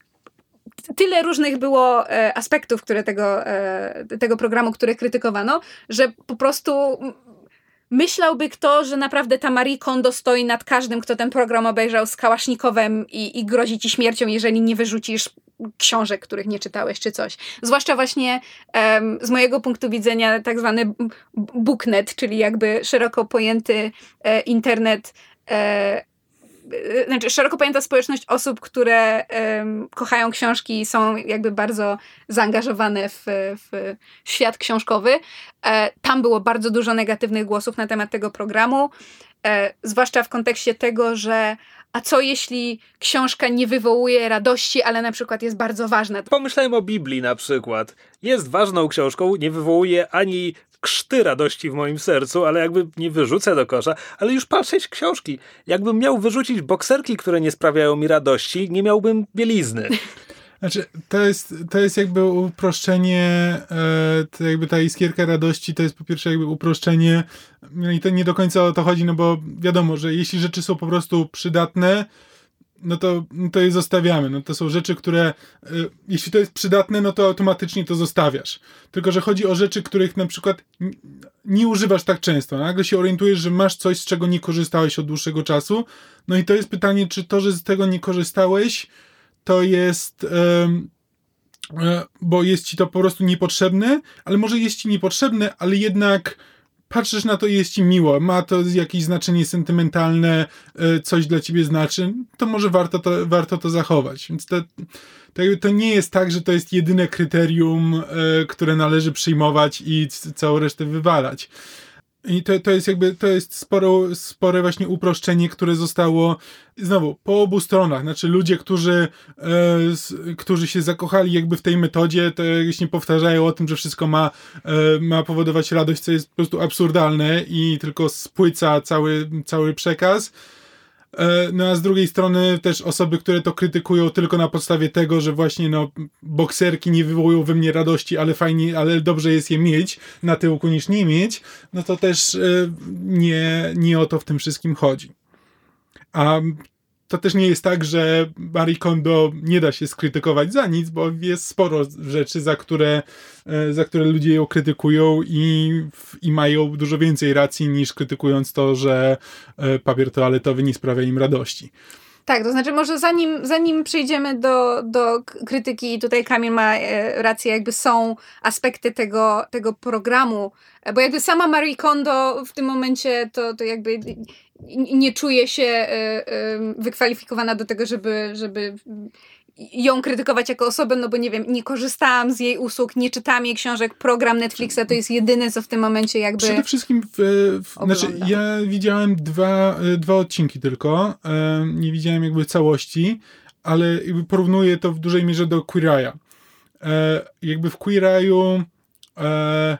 S1: tyle różnych było e, aspektów, które tego, e, tego programu, które krytykowano, że po prostu myślałby kto, że naprawdę ta Marie Kondo stoi nad każdym, kto ten program obejrzał z kałasznikowem i, i grozi ci śmiercią, jeżeli nie wyrzucisz książek, których nie czytałeś, czy coś. Zwłaszcza właśnie um, z mojego punktu widzenia tak zwany booknet, czyli jakby szeroko pojęty e, internet, e, e, znaczy szeroko pojęta społeczność osób, które e, kochają książki i są jakby bardzo zaangażowane w, w świat książkowy. E, tam było bardzo dużo negatywnych głosów na temat tego programu, e, zwłaszcza w kontekście tego, że a co jeśli książka nie wywołuje radości, ale na przykład jest bardzo ważna?
S3: Pomyślałem o Biblii na przykład. Jest ważną książką, nie wywołuje ani krzty radości w moim sercu, ale jakby nie wyrzucę do kosza, ale już patrzeć książki. Jakbym miał wyrzucić bokserki, które nie sprawiają mi radości, nie miałbym bielizny.
S4: Znaczy, to jest, to jest jakby uproszczenie, e, to jakby ta iskierka radości to jest po pierwsze jakby uproszczenie, no i to nie do końca o to chodzi, no bo wiadomo, że jeśli rzeczy są po prostu przydatne, no to, no to je zostawiamy. No to są rzeczy, które y, jeśli to jest przydatne, no to automatycznie to zostawiasz. Tylko że chodzi o rzeczy, których na przykład n- nie używasz tak często. Nagle się orientujesz, że masz coś, z czego nie korzystałeś od dłuższego czasu. No i to jest pytanie, czy to, że z tego nie korzystałeś, to jest... Ym, bo jest ci to po prostu niepotrzebne, ale może jest ci niepotrzebne, ale jednak patrzysz na to i jest ci miło, ma to jakieś znaczenie sentymentalne, coś dla ciebie znaczy, to może warto to, warto to zachować. Więc to, to, to nie jest tak, że to jest jedyne kryterium, które należy przyjmować i całą resztę wywalać. I to, to jest jakby, to jest sporo, spore właśnie uproszczenie, które zostało znowu po obu stronach. Znaczy ludzie, którzy, e, s, którzy się zakochali jakby w tej metodzie, to właśnie powtarzają o tym, że wszystko ma, e, ma powodować radość, co jest po prostu absurdalne i tylko spłyca cały, cały przekaz. No a z drugiej strony też osoby, które to krytykują tylko na podstawie tego, że właśnie no bokserki nie wywołują we mnie radości, ale fajnie, ale dobrze jest je mieć na tyłku niż nie mieć, no to też nie, nie o to w tym wszystkim chodzi. A to też nie jest tak, że Marie Kondo nie da się skrytykować za nic, bo jest sporo rzeczy, za które, za które ludzie ją krytykują i, i mają dużo więcej racji niż krytykując to, że papier toaletowy nie sprawia im radości.
S1: Tak, to znaczy może zanim, zanim przejdziemy do, do krytyki, tutaj Kamil ma rację, jakby są aspekty tego, tego programu, bo jakby sama Marie Kondo w tym momencie to, to jakby nie czuje się wykwalifikowana do tego, żeby, żeby ją krytykować jako osobę, no bo nie wiem, nie korzystałam z jej usług, nie czytałam jej książek, program Netflixa to jest jedyne, co w tym momencie jakby
S4: Przede wszystkim, w, w, znaczy ja widziałem dwa, dwa odcinki tylko, e, nie widziałem jakby całości, ale jakby porównuję to w dużej mierze do Queer Eye'a. E, jakby w Queer Eye'u e,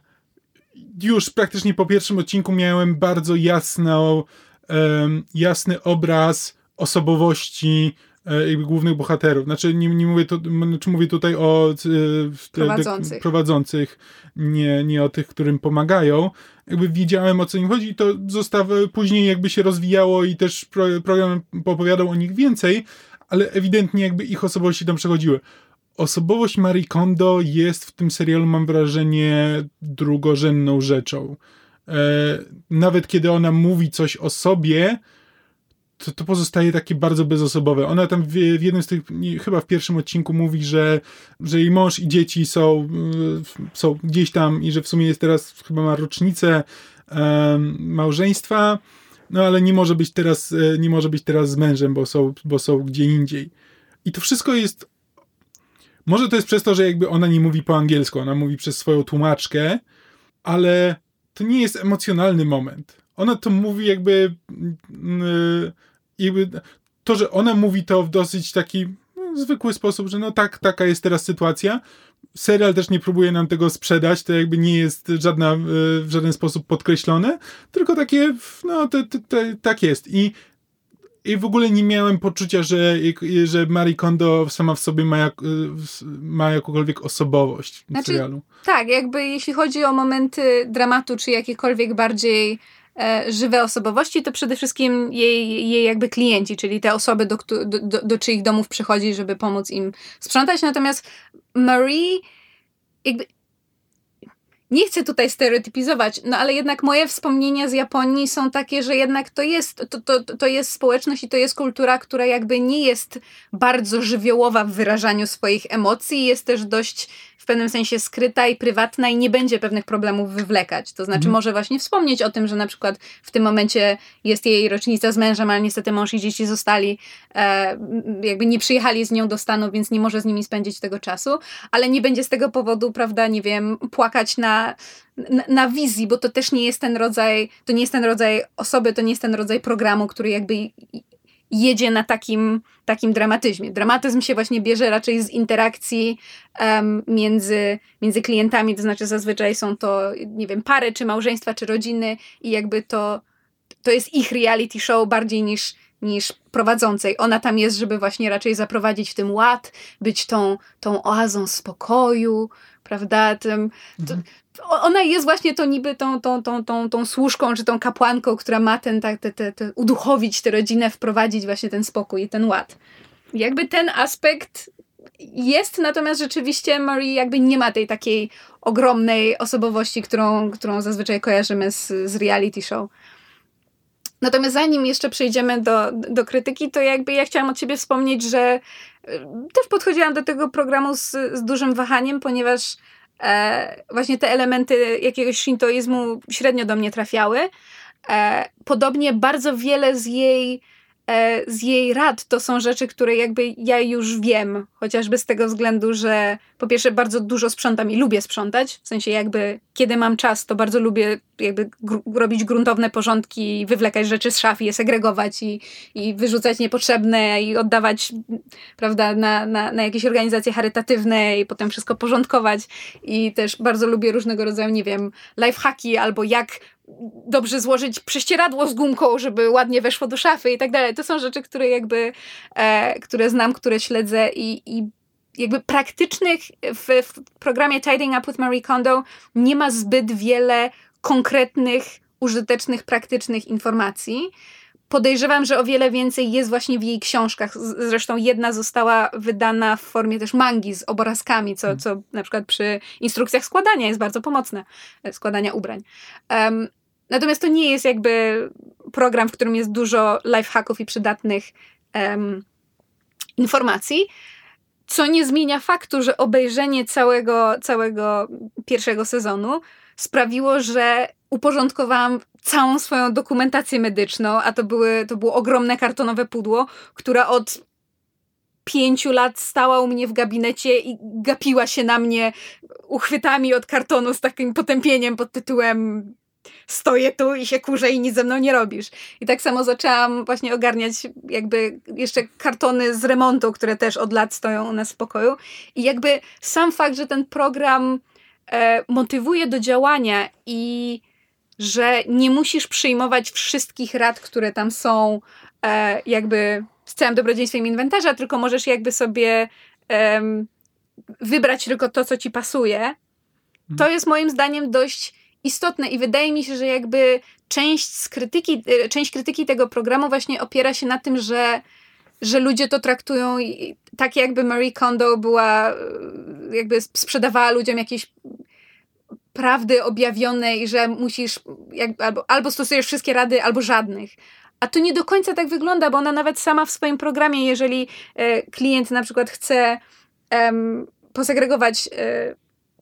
S4: już praktycznie po pierwszym odcinku miałem bardzo jasną, e, jasny obraz osobowości jakby głównych bohaterów. Znaczy nie, nie mówię, to, znaczy mówię tutaj o te,
S1: prowadzących,
S4: te, prowadzących nie, nie o tych, którym pomagają. Jakby wiedziałem, o co im chodzi i to zostało, później jakby się rozwijało i też pro, program opowiadał o nich więcej, ale ewidentnie jakby ich osobowości tam przechodziły. Osobowość Marie Kondo jest w tym serialu, mam wrażenie, drugorzędną rzeczą. E, nawet kiedy ona mówi coś o sobie, To, to pozostaje takie bardzo bezosobowe. Ona tam w, w jednym z tych, chyba w pierwszym odcinku mówi, że, że jej mąż i dzieci są, są gdzieś tam i że w sumie jest teraz, chyba ma rocznicę um, małżeństwa, no ale nie może być teraz, nie może być teraz z mężem, bo są, bo są gdzie indziej. I to wszystko jest, może to jest przez to, że jakby ona nie mówi po angielsku, ona mówi przez swoją tłumaczkę, ale to nie jest emocjonalny moment. Ona to mówi jakby, yy, jakby to, że ona mówi to w dosyć taki no, zwykły sposób, że no tak, taka jest teraz sytuacja. Serial też nie próbuje nam tego sprzedać, to jakby nie jest żadna, yy, w żaden sposób podkreślone, tylko takie, no to, to, to, tak jest. I, I w ogóle nie miałem poczucia, że, że Marie Kondo sama w sobie ma, jak, ma jakąkolwiek osobowość w znaczy, serialu.
S1: Tak, jakby jeśli chodzi o momenty dramatu, czy jakiekolwiek bardziej e, żywe osobowości, to przede wszystkim jej, jej jakby klienci, czyli te osoby, do, do, do, do czyich domów przychodzi, żeby pomóc im sprzątać. Natomiast Marie jakby nie chcę tutaj stereotypizować, no ale jednak moje wspomnienia z Japonii są takie, że jednak to jest, to, to, to jest społeczność i to jest kultura, która jakby nie jest bardzo żywiołowa w wyrażaniu swoich emocji, jest też dość w pewnym sensie skryta i prywatna i nie będzie pewnych problemów wywlekać. To znaczy mm. może właśnie wspomnieć o tym, że na przykład w tym momencie jest jej rocznica z mężem, ale niestety mąż i dzieci zostali, e, jakby nie przyjechali z nią do Stanów, więc nie może z nimi spędzić tego czasu, ale nie będzie z tego powodu, prawda, nie wiem, płakać na, na, na wizji, bo to też nie jest ten rodzaj, to nie jest ten rodzaj osoby, to nie jest ten rodzaj programu, który jakby jedzie na takim, takim dramatyzmie. Dramatyzm się właśnie bierze raczej z interakcji um, między, między klientami, to znaczy zazwyczaj są to, nie wiem, pary, czy małżeństwa, czy rodziny i jakby to, to jest ich reality show bardziej niż niż prowadzącej. Ona tam jest, żeby właśnie raczej zaprowadzić w tym ład, być tą, tą oazą spokoju, prawda? Tym, to, ona jest właśnie to niby tą, tą, tą, tą, tą służką, czy tą kapłanką, która ma ten, tak, te, te, te, uduchowić tę rodzinę, wprowadzić właśnie ten spokój i ten ład. Jakby ten aspekt jest, natomiast rzeczywiście Marie jakby nie ma tej takiej ogromnej osobowości, którą, którą zazwyczaj kojarzymy z, z reality show. Natomiast zanim jeszcze przejdziemy do, do krytyki, to jakby ja chciałam od ciebie wspomnieć, że też podchodziłam do tego programu z, z dużym wahaniem, ponieważ e, właśnie te elementy jakiegoś shintoizmu średnio do mnie trafiały. E, podobnie bardzo wiele z jej z jej rad to są rzeczy, które jakby ja już wiem, chociażby z tego względu, że po pierwsze bardzo dużo sprzątam i lubię sprzątać, w sensie jakby kiedy mam czas, to bardzo lubię jakby gr- robić gruntowne porządki, wywlekać rzeczy z szaf i je segregować i, i wyrzucać niepotrzebne i oddawać, prawda, na, na, na jakieś organizacje charytatywne i potem wszystko porządkować i też bardzo lubię różnego rodzaju, nie wiem, lifehacki albo jak dobrze złożyć prześcieradło z gumką, żeby ładnie weszło do szafy i tak dalej. To są rzeczy, które jakby, e, które znam, które śledzę i, i jakby praktycznych w, w programie Tidying Up with Marie Kondo nie ma zbyt wiele konkretnych, użytecznych, praktycznych informacji. Podejrzewam, że o wiele więcej jest właśnie w jej książkach. Zresztą jedna została wydana w formie też mangi z obrazkami, co, co na przykład przy instrukcjach składania jest bardzo pomocne. Składania ubrań. Um, natomiast to nie jest jakby program, w którym jest dużo lifehacków i przydatnych um, informacji, co nie zmienia faktu, że obejrzenie całego, całego pierwszego sezonu sprawiło, że uporządkowałam całą swoją dokumentację medyczną, a to, były, to było ogromne kartonowe pudło, która od pięciu lat stała u mnie w gabinecie i gapiła się na mnie uchwytami od kartonu z takim potępieniem pod tytułem stoję tu i się kurzę i nic ze mną nie robisz. I tak samo zaczęłam właśnie ogarniać jakby jeszcze kartony z remontu, które też od lat stoją u nas w pokoju. I jakby sam fakt, że ten program e, motywuje do działania i że nie musisz przyjmować wszystkich rad, które tam są e, jakby z całym dobrodziejstwem inwentarza, tylko możesz jakby sobie e, wybrać tylko to, co ci pasuje. To jest moim zdaniem dość istotne i wydaje mi się, że jakby część z krytyki, część krytyki tego programu właśnie opiera się na tym, że, że ludzie to traktują tak, jakby Marie Kondo była, jakby sprzedawała ludziom jakieś prawdy objawionej i że musisz jakby, albo, albo stosujesz wszystkie rady, albo żadnych. A to nie do końca tak wygląda, bo ona nawet sama w swoim programie, jeżeli e, klient na przykład chce em, posegregować e,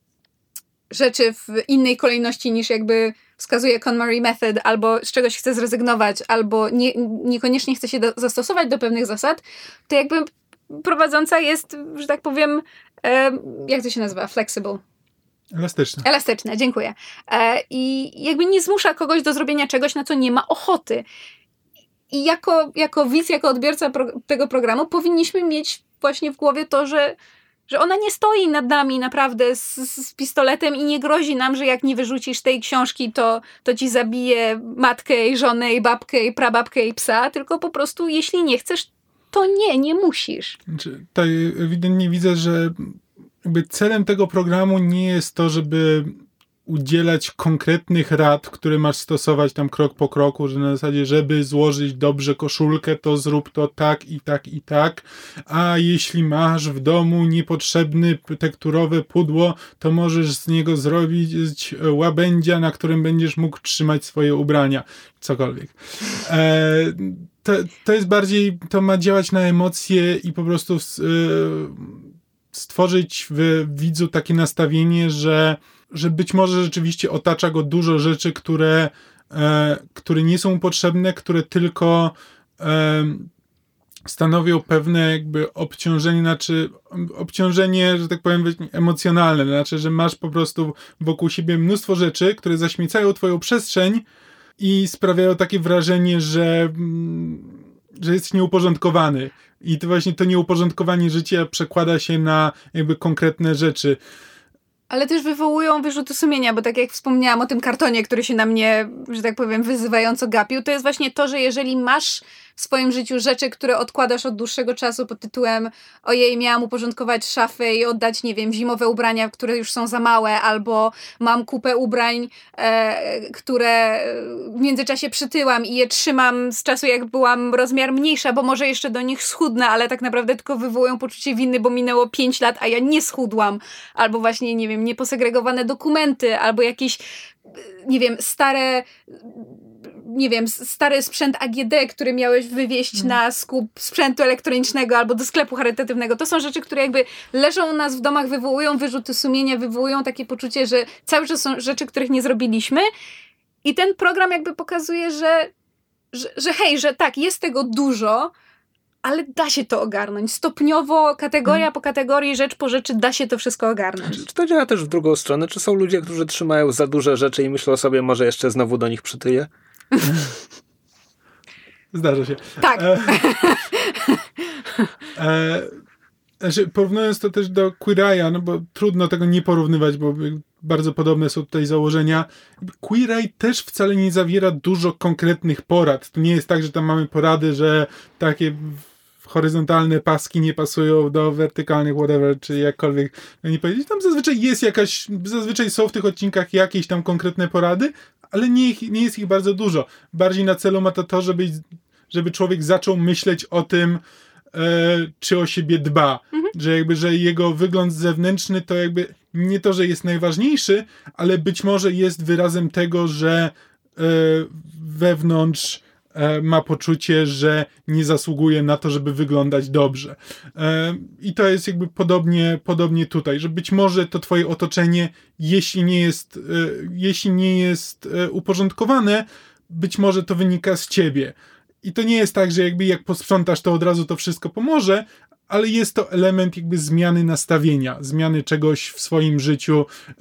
S1: rzeczy w innej kolejności niż jakby wskazuje KonMari Method, albo z czegoś chce zrezygnować, albo nie, niekoniecznie chce się do, zastosować do pewnych zasad, to jakby prowadząca jest, że tak powiem, e, jak to się nazywa? Flexible.
S4: Elastyczne.
S1: Elastyczne, dziękuję. E, I jakby nie zmusza kogoś do zrobienia czegoś, na co nie ma ochoty. I jako, jako widz, jako odbiorca pro, tego programu powinniśmy mieć właśnie w głowie to, że że ona nie stoi nad nami naprawdę z, z pistoletem i nie grozi nam, że jak nie wyrzucisz tej książki, to, to ci zabije matkę i żonę i babkę i prababkę i psa, tylko po prostu jeśli nie chcesz, to nie, nie musisz.
S4: Znaczy, tutaj ewidentnie widzę, że jakby celem tego programu nie jest to, żeby udzielać konkretnych rad, które masz stosować tam krok po kroku, że na zasadzie, żeby złożyć dobrze koszulkę, to zrób to tak i tak i tak, a jeśli masz w domu niepotrzebne tekturowe pudło, to możesz z niego zrobić łabędzia, na którym będziesz mógł trzymać swoje ubrania, cokolwiek. E, to, to jest bardziej, to ma działać na emocje i po prostu stworzyć w widzu takie nastawienie, że że być może rzeczywiście otacza go dużo rzeczy, które, e, które nie są potrzebne, które tylko e, stanowią pewne jakby obciążenie, znaczy obciążenie, że tak powiem, emocjonalne, znaczy, że masz po prostu wokół siebie mnóstwo rzeczy, które zaśmiecają twoją przestrzeń i sprawiają takie wrażenie, że, że jesteś nieuporządkowany. I to właśnie to nieuporządkowanie życia przekłada się na jakby konkretne rzeczy.
S1: Ale też wywołują wyrzuty sumienia, bo tak jak wspomniałam o tym kartonie, który się na mnie, że tak powiem, wyzywająco gapił, to jest właśnie to, że jeżeli masz w swoim życiu rzeczy, które odkładasz od dłuższego czasu pod tytułem ojej, miałam uporządkować szafę i oddać, nie wiem, zimowe ubrania, które już są za małe, albo mam kupę ubrań, e, które w międzyczasie przytyłam i je trzymam z czasu, jak byłam rozmiar mniejsza, bo może jeszcze do nich schudnę, ale tak naprawdę tylko wywołują poczucie winy, bo minęło pięć lat, a ja nie schudłam. Albo właśnie, nie wiem, nieposegregowane dokumenty, albo jakieś, nie wiem, stare... nie wiem, stary sprzęt A G D, który miałeś wywieźć hmm. na skup sprzętu elektronicznego albo do sklepu charytatywnego. To są rzeczy, które jakby leżą u nas w domach, wywołują wyrzuty sumienia, wywołują takie poczucie, że cały czas są rzeczy, których nie zrobiliśmy. I ten program jakby pokazuje, że, że, że hej, że tak, jest tego dużo, ale da się to ogarnąć. Stopniowo, kategoria hmm. po kategorii, rzecz po rzeczy, da się to wszystko ogarnąć.
S3: Czy, czy to działa też w drugą stronę? Czy są ludzie, którzy trzymają za duże rzeczy i myślą sobie, może jeszcze znowu do nich przytyję?
S4: Zdarza się.
S1: Tak. E,
S4: e, znaczy, porównując to też do Queer Eye'a, no bo trudno tego nie porównywać, bo bardzo podobne są tutaj założenia. Queer Eye też wcale nie zawiera dużo konkretnych porad. To nie jest tak, że tam mamy porady, że takie horyzontalne paski nie pasują do wertykalnych, whatever, czy jakkolwiek nie powiedzieć. Tam zazwyczaj jest jakaś, zazwyczaj są w tych odcinkach jakieś tam konkretne porady, ale nie, nie jest ich bardzo dużo. Bardziej na celu ma to to, żeby, żeby człowiek zaczął myśleć o tym, e, czy o siebie dba. Mhm. Że jakby, że jego wygląd zewnętrzny to jakby nie to, że jest najważniejszy, ale być może jest wyrazem tego, że e, wewnątrz e, ma poczucie, że nie zasługuje na to, żeby wyglądać dobrze. E, I to jest jakby podobnie, podobnie tutaj, że być może to twoje otoczenie, jeśli nie jest, e, jeśli nie jest e, uporządkowane, być może to wynika z ciebie. I to nie jest tak, że jakby jak posprzątasz, to od razu to wszystko pomoże, ale jest to element jakby zmiany nastawienia, zmiany czegoś w swoim życiu e,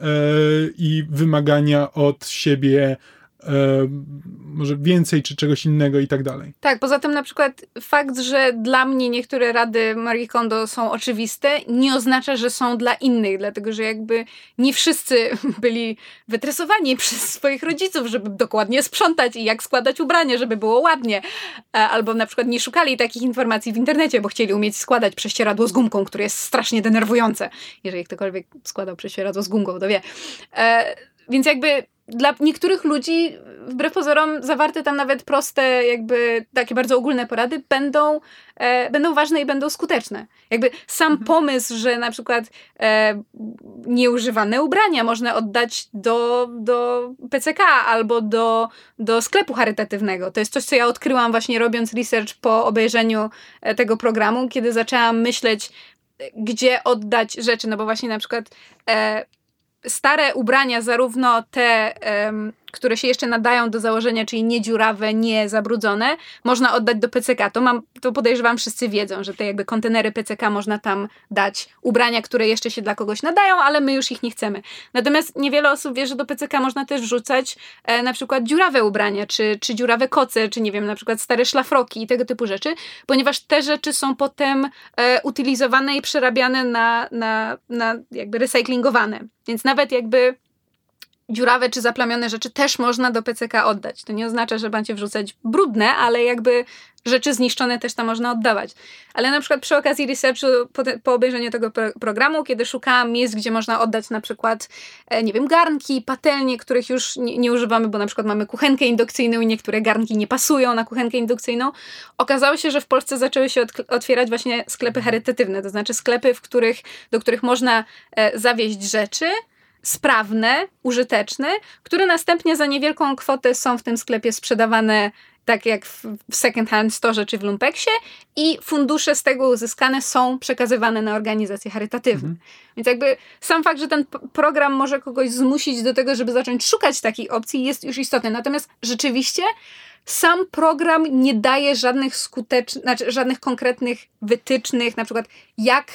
S4: i wymagania od siebie e, może więcej, czy czegoś innego i tak dalej.
S1: Tak, poza tym na przykład fakt, że dla mnie niektóre rady Marie Kondo są oczywiste, nie oznacza, że są dla innych, dlatego że jakby nie wszyscy byli wytresowani przez swoich rodziców, żeby dokładnie sprzątać i jak składać ubranie, żeby było ładnie. Albo na przykład nie szukali takich informacji w internecie, bo chcieli umieć składać prześcieradło z gumką, które jest strasznie denerwujące. Jeżeli ktokolwiek składał prześcieradło z gumką, to wie. E, więc jakby dla niektórych ludzi, wbrew pozorom, zawarte tam nawet proste, jakby takie bardzo ogólne porady będą, e, będą ważne i będą skuteczne. Jakby sam mhm. pomysł, że na przykład e, nieużywane ubrania można oddać do, do P C K albo do, do sklepu charytatywnego. To jest coś, co ja odkryłam właśnie robiąc research po obejrzeniu e, tego programu, kiedy zaczęłam myśleć, gdzie oddać rzeczy, no bo właśnie na przykład e, stare ubrania, zarówno te, um, które się jeszcze nadają do założenia, czyli nie dziurawe, nie zabrudzone, można oddać do P C K. To, mam, to podejrzewam, wszyscy wiedzą, że te jakby kontenery P C K można tam dać ubrania, które jeszcze się dla kogoś nadają, ale my już ich nie chcemy. Natomiast niewiele osób wie, że do P C K można też wrzucać e, na przykład dziurawe ubrania, czy, czy dziurawe koce, czy nie wiem, na przykład stare szlafroki i tego typu rzeczy, ponieważ te rzeczy są potem e, utylizowane i przerabiane na, na, na jakby recyklingowane. Więc nawet jakby dziurawe czy zaplamione rzeczy też można do P C K oddać. To nie oznacza, że macie wrzucać brudne, ale jakby rzeczy zniszczone też tam można oddawać. Ale na przykład przy okazji researchu, po, te, po obejrzeniu tego pro, programu, kiedy szukałam miejsc, gdzie można oddać na przykład, e, nie wiem, garnki, patelnie, których już nie, nie używamy, bo na przykład mamy kuchenkę indukcyjną i niektóre garnki nie pasują na kuchenkę indukcyjną, okazało się, że w Polsce zaczęły się od, otwierać właśnie sklepy charytatywne, to znaczy sklepy, w których, do których można e, zawieźć rzeczy sprawne, użyteczne, które następnie za niewielką kwotę są w tym sklepie sprzedawane tak jak w second hand store czy w lumpeksie i fundusze z tego uzyskane są przekazywane na organizacje charytatywne. Mhm. Więc jakby sam fakt, że ten p- program może kogoś zmusić do tego, żeby zacząć szukać takiej opcji, jest już istotny. Natomiast rzeczywiście sam program nie daje żadnych skutecznych, znaczy żadnych konkretnych wytycznych, na przykład jak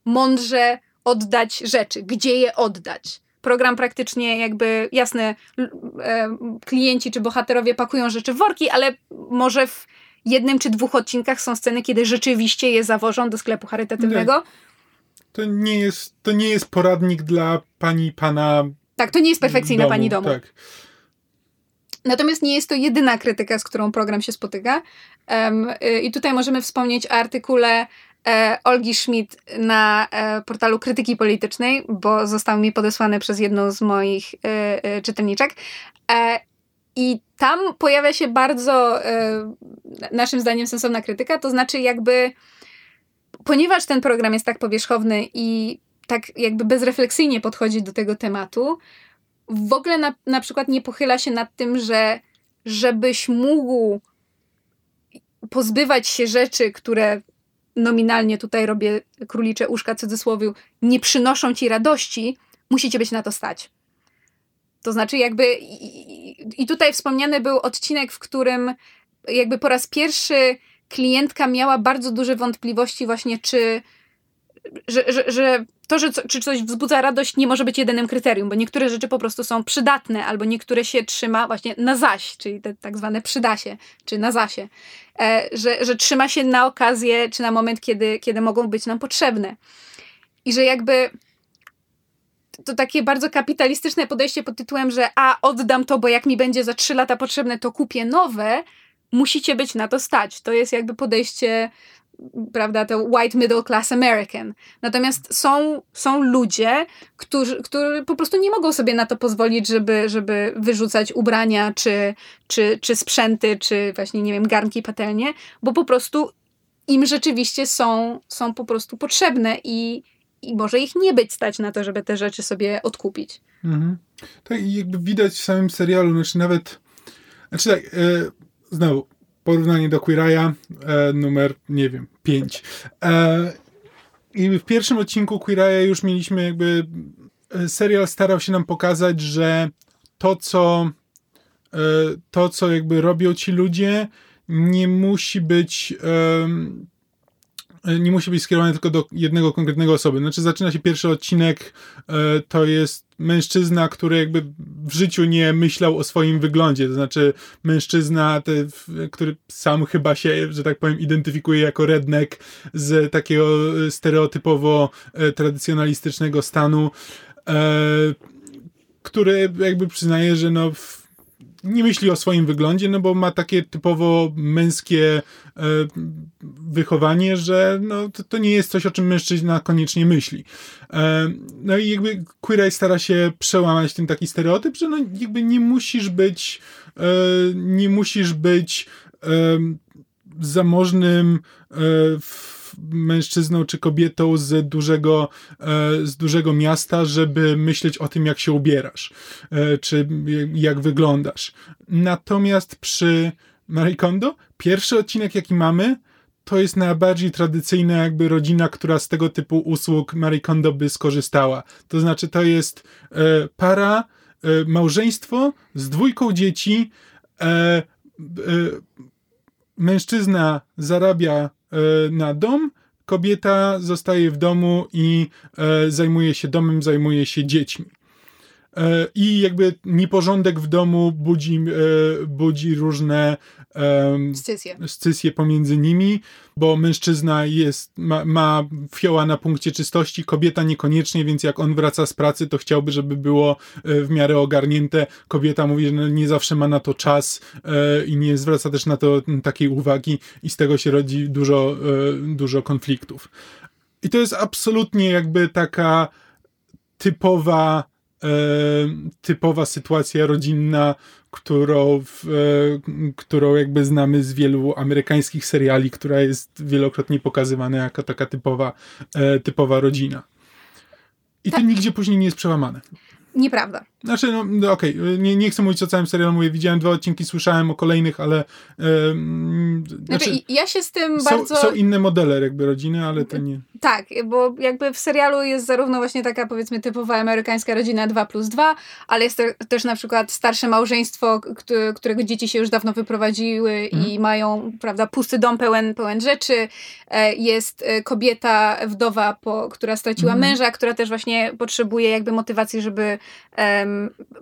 S1: mądrze oddać rzeczy, gdzie je oddać. Program praktycznie jakby, jasne, e, klienci czy bohaterowie pakują rzeczy w worki, ale może w jednym czy dwóch odcinkach są sceny, kiedy rzeczywiście je zawożą do sklepu charytatywnego. Nie.
S4: To nie jest, to nie jest poradnik dla pani, pana
S1: Tak, to nie jest perfekcyjna
S4: domu,
S1: pani domu.
S4: Tak.
S1: Natomiast nie jest to jedyna krytyka, z którą program się spotyka. Um, I tutaj możemy wspomnieć o artykule e, Olgi Schmidt na e, portalu Krytyki Politycznej, bo został mi podesłany przez jedną z moich e, e, czytelniczek. E, I tam pojawia się bardzo, e, naszym zdaniem, sensowna krytyka, to znaczy jakby, ponieważ ten program jest tak powierzchowny i tak jakby bezrefleksyjnie podchodzi do tego tematu, w ogóle na, na przykład nie pochyla się nad tym, że żebyś mógł pozbywać się rzeczy, które nominalnie, tutaj robię królicze uszka cudzysłowiu, nie przynoszą ci radości, musicie być na to stać. To znaczy jakby i, i tutaj wspomniany był odcinek, w którym jakby po raz pierwszy klientka miała bardzo duże wątpliwości właśnie, czy że, że, że to, że co, czy coś wzbudza radość, nie może być jedynym kryterium, bo niektóre rzeczy po prostu są przydatne, albo niektóre się trzyma właśnie na zaś, czyli te tak zwane przydasie, czy na zasie, e, że, że trzyma się na okazję, czy na moment, kiedy, kiedy mogą być nam potrzebne. I że jakby to takie bardzo kapitalistyczne podejście pod tytułem, że a, oddam to, bo jak mi będzie za trzy lata potrzebne, to kupię nowe, musicie być na to stać. To jest jakby podejście, prawda, to white middle class American. Natomiast są, są ludzie, którzy, którzy po prostu nie mogą sobie na to pozwolić, żeby, żeby wyrzucać ubrania, czy, czy, czy sprzęty, czy właśnie, nie wiem, garnki, patelnie, bo po prostu im rzeczywiście są, są po prostu potrzebne i, i może ich nie być stać na to, żeby te rzeczy sobie odkupić.
S4: Mhm. Tak, i jakby widać w samym serialu, znaczy nawet, znaczy tak, e, znowu, porównanie do Queer Eye'a, e, numer, nie wiem, pięć. E, I w pierwszym odcinku Queer Eye'a już mieliśmy jakby, e, serial starał się nam pokazać, że to, co e, to, co jakby robią ci ludzie, nie musi być e, nie musi być skierowane tylko do jednego konkretnego osoby. Znaczy zaczyna się pierwszy odcinek, e, to jest mężczyzna, który jakby w życiu nie myślał o swoim wyglądzie. To znaczy mężczyzna, te, który sam chyba się, że tak powiem, identyfikuje jako redneck z takiego stereotypowo e, tradycjonalistycznego stanu, e, który jakby przyznaje, że no w, nie myśli o swoim wyglądzie, no bo ma takie typowo męskie e, wychowanie, że no, to, to nie jest coś, o czym mężczyzna koniecznie myśli. E, no i jakby Queer Eye stara się przełamać ten taki stereotyp, że no jakby nie musisz być e, nie musisz być e, zamożnym e, w, mężczyzną czy kobietą z dużego, z dużego miasta, żeby myśleć o tym, jak się ubierasz, czy jak wyglądasz. Natomiast przy Marie Kondo pierwszy odcinek, jaki mamy, to jest najbardziej tradycyjna jakby rodzina, która z tego typu usług Marie Kondo by skorzystała. To znaczy to jest para, małżeństwo z dwójką dzieci, mężczyzna zarabia na dom, kobieta zostaje w domu i e, zajmuje się domem, zajmuje się dziećmi. E, I jakby nieporządek w domu budzi, e, budzi różne e,
S1: scysje.
S4: scysje pomiędzy nimi, bo mężczyzna jest, ma, ma fioła na punkcie czystości, kobieta niekoniecznie, więc jak on wraca z pracy, to chciałby, żeby było e, w miarę ogarnięte. Kobieta mówi, że no, nie zawsze ma na to czas e, i nie zwraca też na to m, takiej uwagi i z tego się rodzi dużo, e, dużo konfliktów. I to jest absolutnie jakby taka typowa E, typowa sytuacja rodzinna, którą, w, e, którą jakby znamy z wielu amerykańskich seriali, która jest wielokrotnie pokazywana jako taka typowa, e, typowa rodzina. I tak. To nigdzie później nie jest przełamane.
S1: Nieprawda.
S4: Znaczy, no, no okej, okay. nie, nie chcę mówić o całym serialu, mówię, widziałem dwa odcinki, słyszałem o kolejnych, ale yy,
S1: znaczy, znaczy, ja się z tym
S4: są,
S1: bardzo...
S4: Są inne modele jakby rodziny, ale to nie...
S1: Tak, bo jakby w serialu jest zarówno właśnie taka, powiedzmy, typowa amerykańska rodzina dwa plus dwa, ale jest też na przykład starsze małżeństwo, którego dzieci się już dawno wyprowadziły mhm. i mają, prawda, pusty dom pełen, pełen rzeczy. Jest kobieta, wdowa, po, która straciła mhm. męża, która też właśnie potrzebuje jakby motywacji, żeby um, po,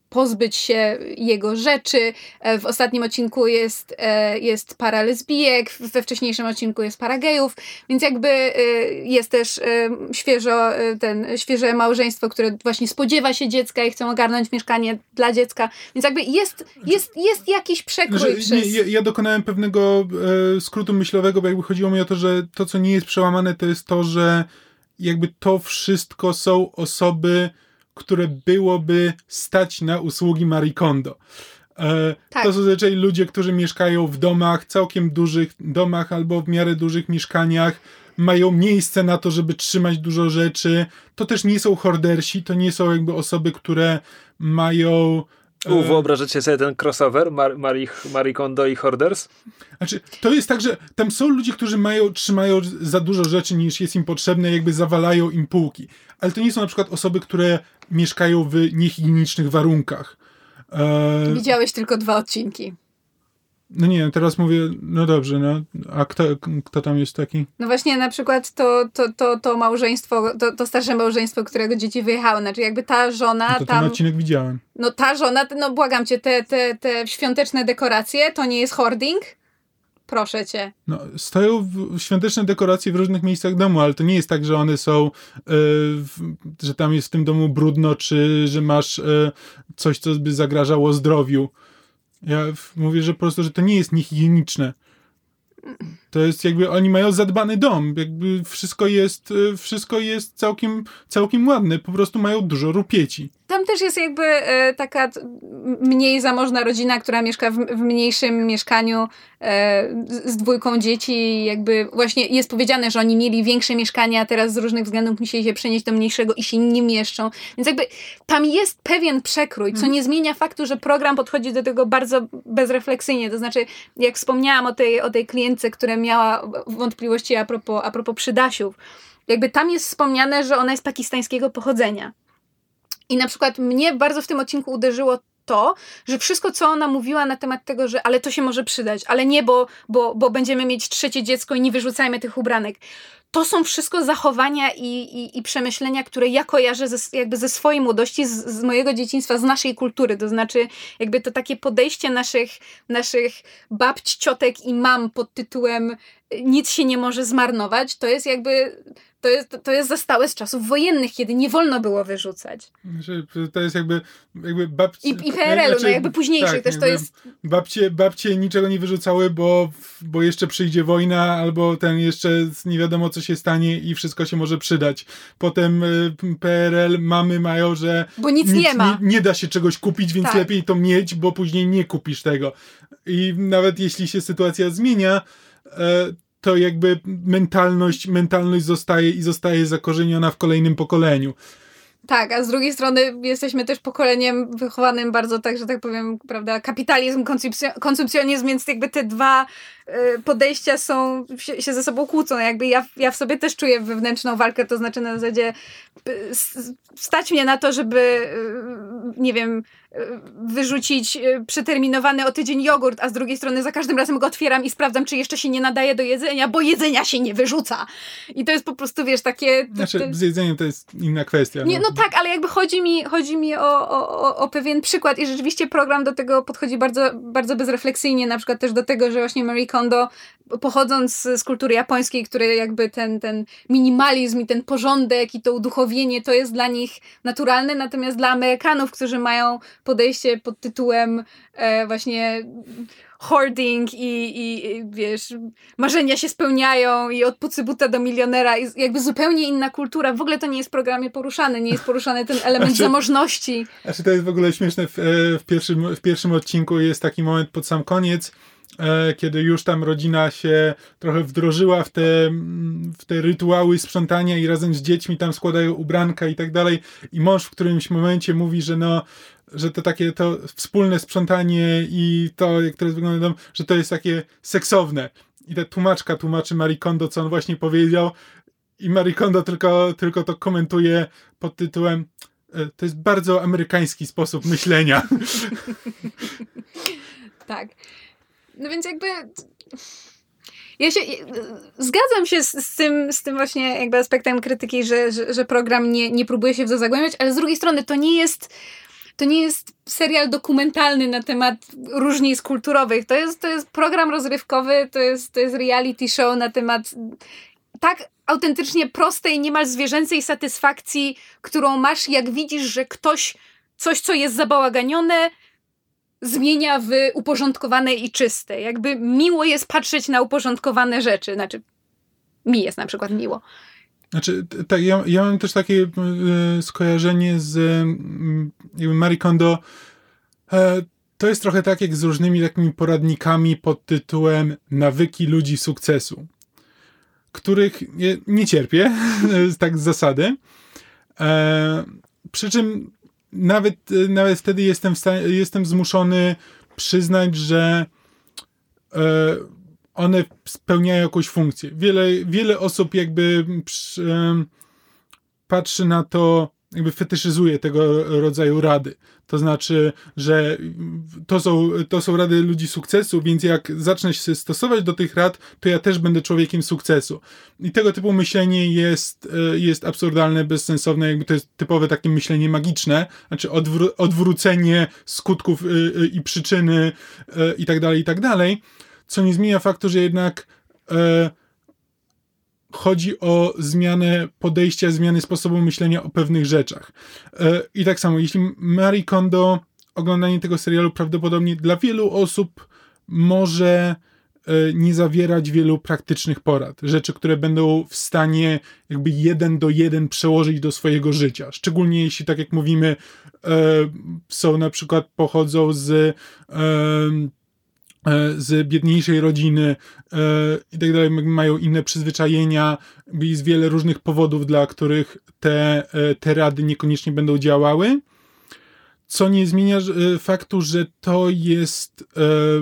S1: pozbyć się jego rzeczy. W ostatnim odcinku jest, jest para lesbijek, we wcześniejszym odcinku jest para gejów, więc jakby jest też świeżo ten, świeże małżeństwo, które właśnie spodziewa się dziecka i chcą ogarnąć mieszkanie dla dziecka, więc jakby jest, jest, jest jakiś przekrój
S4: że,
S1: przez...
S4: nie, ja, ja dokonałem pewnego e, skrótu myślowego, bo jakby chodziło mi o to, że to, co nie jest przełamane, to jest to, że jakby to wszystko są osoby, które byłoby stać na usługi Marie Kondo. E,
S1: tak.
S4: To są zazwyczaj ludzie, którzy mieszkają w domach, całkiem dużych domach albo w miarę dużych mieszkaniach, mają miejsce na to, żeby trzymać dużo rzeczy. To też nie są hordersi, to nie są jakby osoby, które mają...
S3: U, wyobrażacie sobie ten crossover Mar- Marie, Marie Kondo i Hoarders?
S4: Znaczy, to jest tak, że tam są ludzie, którzy mają, trzymają za dużo rzeczy niż jest im potrzebne, jakby zawalają im półki. Ale to nie są na przykład osoby, które mieszkają w niehigienicznych warunkach. E...
S1: Widziałeś tylko dwa odcinki.
S4: No nie, teraz mówię, no dobrze, no. A kto, kto tam jest taki?
S1: No właśnie na przykład to, to, to, to małżeństwo, to, to starsze małżeństwo, którego dzieci wyjechały, znaczy jakby ta żona
S4: No to
S1: tam...
S4: ten odcinek widziałem.
S1: No ta żona, no błagam cię, te, te, te świąteczne dekoracje, to nie jest hoarding? Proszę cię.
S4: No, stoją w, świąteczne dekoracje w różnych miejscach domu, ale to nie jest tak, że one są, yy, w, że tam jest w tym domu brudno, czy że masz yy, coś, co by zagrażało zdrowiu. Ja mówię, że po prostu, że to nie jest niehigieniczne. To jest jakby, oni mają zadbany dom, jakby wszystko jest, wszystko jest całkiem, całkiem ładne, po prostu mają dużo rupieci.
S1: Tam też jest jakby e, taka t, mniej zamożna rodzina, która mieszka w, w mniejszym mieszkaniu e, z, z dwójką dzieci i jakby właśnie jest powiedziane, że oni mieli większe mieszkania, a teraz z różnych względów musieli się przenieść do mniejszego i się nie mieszczą. Więc jakby tam jest pewien przekrój, co nie zmienia faktu, że program podchodzi do tego bardzo bezrefleksyjnie. To znaczy, jak wspomniałam o tej, o tej klientce, która miała wątpliwości a propos, a propos przydasiów, jakby tam jest wspomniane, że ona jest pakistańskiego pochodzenia. I na przykład mnie bardzo w tym odcinku uderzyło to, że wszystko, co ona mówiła na temat tego, że ale to się może przydać, ale nie, bo, bo, bo będziemy mieć trzecie dziecko i nie wyrzucajmy tych ubranek. To są wszystko zachowania i, i, i przemyślenia, które ja kojarzę ze, jakby ze swojej młodości, z, z mojego dzieciństwa, z naszej kultury. To znaczy jakby to takie podejście naszych, naszych babć, ciotek i mam pod tytułem nic się nie może zmarnować, to jest jakby... To jest, to jest zastałe z czasów wojennych, kiedy nie wolno było wyrzucać.
S4: To jest jakby, jakby babcie...
S1: I, i P R L-u, znaczy, no jakby późniejszych tak, też to jest...
S4: Babcie, babcie niczego nie wyrzucały, bo, bo jeszcze przyjdzie wojna, albo ten jeszcze nie wiadomo, co się stanie i wszystko się może przydać. Potem P R L, mamy mają, że...
S1: Bo nic, nic nie ma.
S4: Nie, nie da się czegoś kupić, więc
S1: tak.
S4: lepiej to mieć, bo później nie kupisz tego. I nawet jeśli się sytuacja zmienia, to jakby mentalność, mentalność zostaje i zostaje zakorzeniona w kolejnym pokoleniu.
S1: Tak, a z drugiej strony jesteśmy też pokoleniem wychowanym bardzo tak, że tak powiem, prawda, kapitalizm, konsumpcjonizm, więc jakby te dwa y, podejścia są, się, się ze sobą kłócą. Jakby ja, ja w sobie też czuję wewnętrzną walkę, to znaczy na zasadzie y, stać mnie na to, żeby y, nie wiem, y, wyrzucić y, przeterminowany o tydzień jogurt, a z drugiej strony za każdym razem go otwieram i sprawdzam, czy jeszcze się nie nadaje do jedzenia, bo jedzenia się nie wyrzuca. I to jest po prostu, wiesz, takie...
S4: Znaczy,
S1: to, to...
S4: z jedzeniem to jest inna kwestia.
S1: Nie,
S4: no.
S1: no tak, ale jakby chodzi mi, chodzi mi o, o, o pewien przykład i rzeczywiście program do tego podchodzi bardzo, bardzo bezrefleksyjnie, na przykład też do tego, że właśnie Marie Kondo, pochodząc z kultury japońskiej, które jakby ten, ten minimalizm i ten porządek i to uduchowienie, to jest dla nich naturalne, natomiast dla Amerykanów, którzy mają podejście pod tytułem e, właśnie hoarding i, i, i wiesz, marzenia się spełniają i od pucybuta do milionera i jakby zupełnie inna kultura. W ogóle to nie jest w programie poruszane, nie jest poruszany ten element znaczy, zamożności.
S4: Znaczy to jest w ogóle śmieszne, w, w, pierwszym, w pierwszym odcinku jest taki moment pod sam koniec, kiedy już tam rodzina się trochę wdrożyła w te, w te rytuały sprzątania i razem z dziećmi tam składają ubranka i tak dalej i mąż w którymś momencie mówi, że no że to takie to wspólne sprzątanie i to, jak teraz wygląda dom, że to jest takie seksowne. I ta tłumaczka tłumaczy Marie Kondo, co on właśnie powiedział i Marie Kondo tylko, tylko to komentuje pod tytułem to jest bardzo amerykański sposób myślenia.
S1: Tak. No więc jakby... Ja się zgadzam się z, z, tym, z tym właśnie jakby aspektem krytyki, że, że, że program nie, nie próbuje się w to zagłębiać, ale z drugiej strony to nie jest... to nie jest serial dokumentalny na temat różnic kulturowych. To jest, to jest program rozrywkowy, to jest, to jest reality show na temat tak autentycznie prostej, niemal zwierzęcej satysfakcji, którą masz, jak widzisz, że ktoś coś, co jest zabałaganione, zmienia w uporządkowane i czyste. Jakby miło jest patrzeć na uporządkowane rzeczy. Znaczy, mi jest na przykład miło.
S4: Znaczy, tak, ja, ja mam też takie e, skojarzenie z e, Marie Kondo. E, to jest trochę tak, jak z różnymi takimi poradnikami pod tytułem Nawyki ludzi sukcesu, których nie, nie cierpię, tak z zasady. E, przy czym nawet, nawet wtedy jestem, w stanie, jestem zmuszony przyznać, że e, one spełniają jakąś funkcję. Wiele, wiele osób jakby przy, e, patrzy na to, jakby fetyszyzuje tego rodzaju rady. To znaczy, że to są, to są rady ludzi sukcesu, więc jak zacznę się stosować do tych rad, to ja też będę człowiekiem sukcesu. I tego typu myślenie jest, jest absurdalne, bezsensowne, jakby to jest typowe takie myślenie magiczne, znaczy odwró- odwrócenie skutków i przyczyny i tak dalej, i tak dalej, co nie zmienia faktu, że jednak chodzi o zmianę podejścia, zmianę sposobu myślenia o pewnych rzeczach. I tak samo, jeśli Marie Kondo, oglądanie tego serialu prawdopodobnie dla wielu osób może nie zawierać wielu praktycznych porad. Rzeczy, które będą w stanie jakby jeden do jeden przełożyć do swojego życia. Szczególnie jeśli, tak jak mówimy, są na przykład, pochodzą z z biedniejszej rodziny e, i tak dalej, mają inne przyzwyczajenia, jest wiele różnych powodów, dla których te, te rady niekoniecznie będą działały, co nie zmienia e, faktu, że to jest e,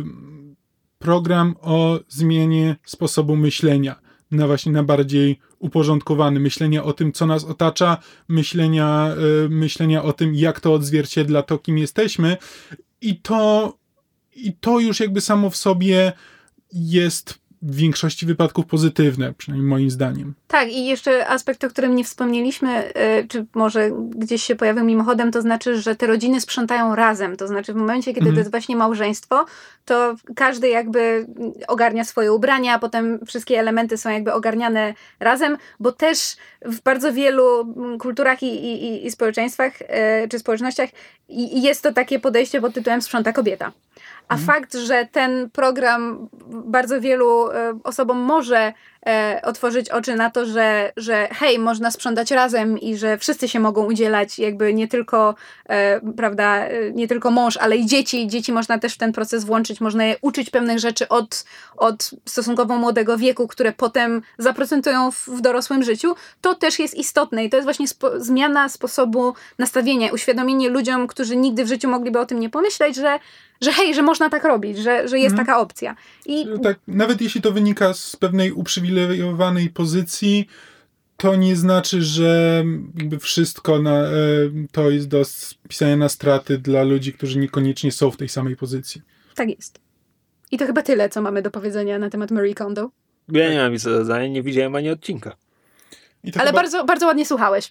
S4: program o zmianie sposobu myślenia, na właśnie na bardziej uporządkowany, myślenia o tym, co nas otacza, myślenia, e, myślenia o tym, jak to odzwierciedla to, kim jesteśmy, i to I to już jakby samo w sobie jest w większości wypadków pozytywne, przynajmniej moim zdaniem.
S1: Tak, i jeszcze aspekt, o którym nie wspomnieliśmy, czy może gdzieś się pojawił mimochodem, to znaczy, że te rodziny sprzątają razem. To znaczy w momencie, kiedy mhm. to jest właśnie małżeństwo, to każdy jakby ogarnia swoje ubrania, a potem wszystkie elementy są jakby ogarniane razem, bo też w bardzo wielu kulturach i, i, i społeczeństwach, czy społecznościach jest to takie podejście pod tytułem sprząta kobieta. A mhm. fakt, że ten program bardzo wielu e, osobom może e, otworzyć oczy na to, że, że hej, można sprzątać razem i że wszyscy się mogą udzielać, jakby nie tylko, e, prawda, nie tylko mąż, ale i dzieci. Dzieci można też w ten proces włączyć, można je uczyć pewnych rzeczy od, od stosunkowo młodego wieku, które potem zaprocentują w, w dorosłym życiu. To też jest istotne i to jest właśnie spo, zmiana sposobu nastawienia, uświadomienie ludziom, którzy nigdy w życiu mogliby o tym nie pomyśleć, że że hej, że można tak robić, że, że jest mhm. taka opcja. I
S4: tak, nawet jeśli to wynika z pewnej uprzywilejowanej pozycji, to nie znaczy, że jakby wszystko na, to jest do spisania na straty dla ludzi, którzy niekoniecznie są w tej samej pozycji.
S1: Tak jest. I to chyba tyle, co mamy do powiedzenia na temat Marie Kondo.
S3: Ja nie mam nic do dodania, nie widziałem ani odcinka.
S1: Ale
S4: chyba...
S1: bardzo, bardzo ładnie słuchałeś.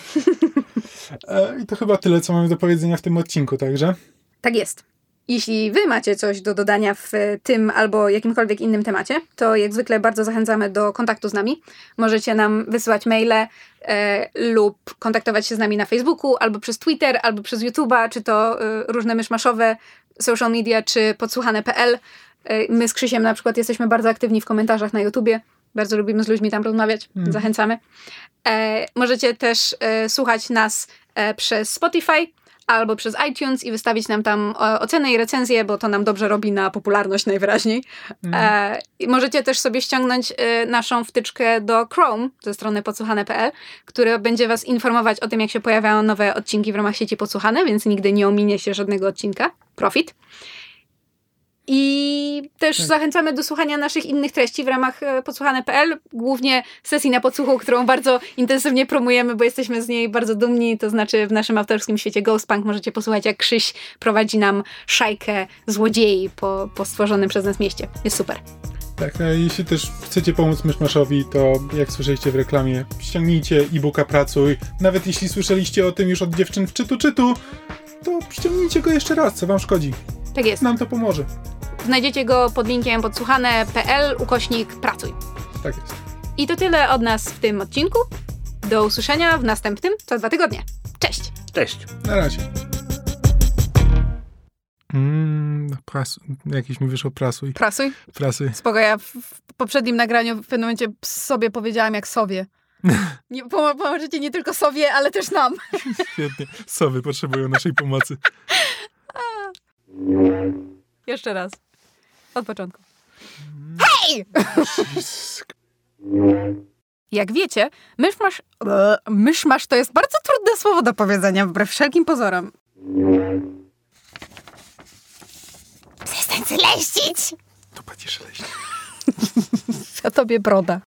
S4: I to chyba tyle, co mamy do powiedzenia w tym odcinku, także?
S1: Tak jest. Jeśli wy macie coś do dodania w tym albo jakimkolwiek innym temacie, to jak zwykle bardzo zachęcamy do kontaktu z nami. Możecie nam wysyłać maile e, lub kontaktować się z nami na Facebooku, albo przez Twitter, albo przez YouTube'a, czy to e, różne myszmaszowe social media, czy podsłuchane kropka p l. E, my z Krzysiem na przykład jesteśmy bardzo aktywni w komentarzach na YouTubie. Bardzo lubimy z ludźmi tam rozmawiać. Mm. Zachęcamy. E, możecie też e, słuchać nas e, przez Spotify, albo przez iTunes i wystawić nam tam ocenę i recenzję, bo to nam dobrze robi na popularność najwyraźniej. Mm. E, możecie też sobie ściągnąć e, naszą wtyczkę do Chrome ze strony podsłuchane kropka p l, która będzie was informować o tym, jak się pojawiają nowe odcinki w ramach sieci Podsłuchane, więc nigdy nie ominie się żadnego odcinka. Profit. I też tak. zachęcamy do słuchania naszych innych treści w ramach podsłuchane kropka p l, głównie sesji na podsłuchu, którą bardzo intensywnie promujemy, bo jesteśmy z niej bardzo dumni, to znaczy w naszym autorskim świecie Ghost Punk możecie posłuchać, jak Krzyś prowadzi nam szajkę złodziei po, po stworzonym przez nas mieście. Jest super.
S4: Tak, a jeśli też chcecie pomóc Myszmaszowi, to jak słyszeliście w reklamie, ściągnijcie e-booka Pracuj. Nawet jeśli słyszeliście o tym już od dziewczyn w Czytu Czytu, to przyciągnijcie go jeszcze raz, co wam szkodzi.
S1: Tak jest.
S4: Nam to pomoże.
S1: Znajdziecie go pod linkiem podsłuchane.pl ukośnik pracuj.
S4: Tak jest.
S1: I to tyle od nas w tym odcinku. Do usłyszenia w następnym za dwa tygodnie. Cześć!
S3: Cześć!
S4: Na razie. Mm, pras... Jakiś mi wyszło prasuj.
S1: Prasuj?
S4: Prasy.
S1: Spoko, ja w, w poprzednim nagraniu w pewnym momencie sobie powiedziałam jak sowie. Nie, pom- pomożecie nie tylko sobie, ale też nam.
S4: Świetnie. Sowy potrzebują naszej pomocy.
S1: Jeszcze raz. Od początku. Hej! Jak wiecie, myszmasz... Myszmasz to jest bardzo trudne słowo do powiedzenia, wbrew wszelkim pozorom. Przestań się leścić!
S4: To będzie szeleść.
S1: A tobie broda.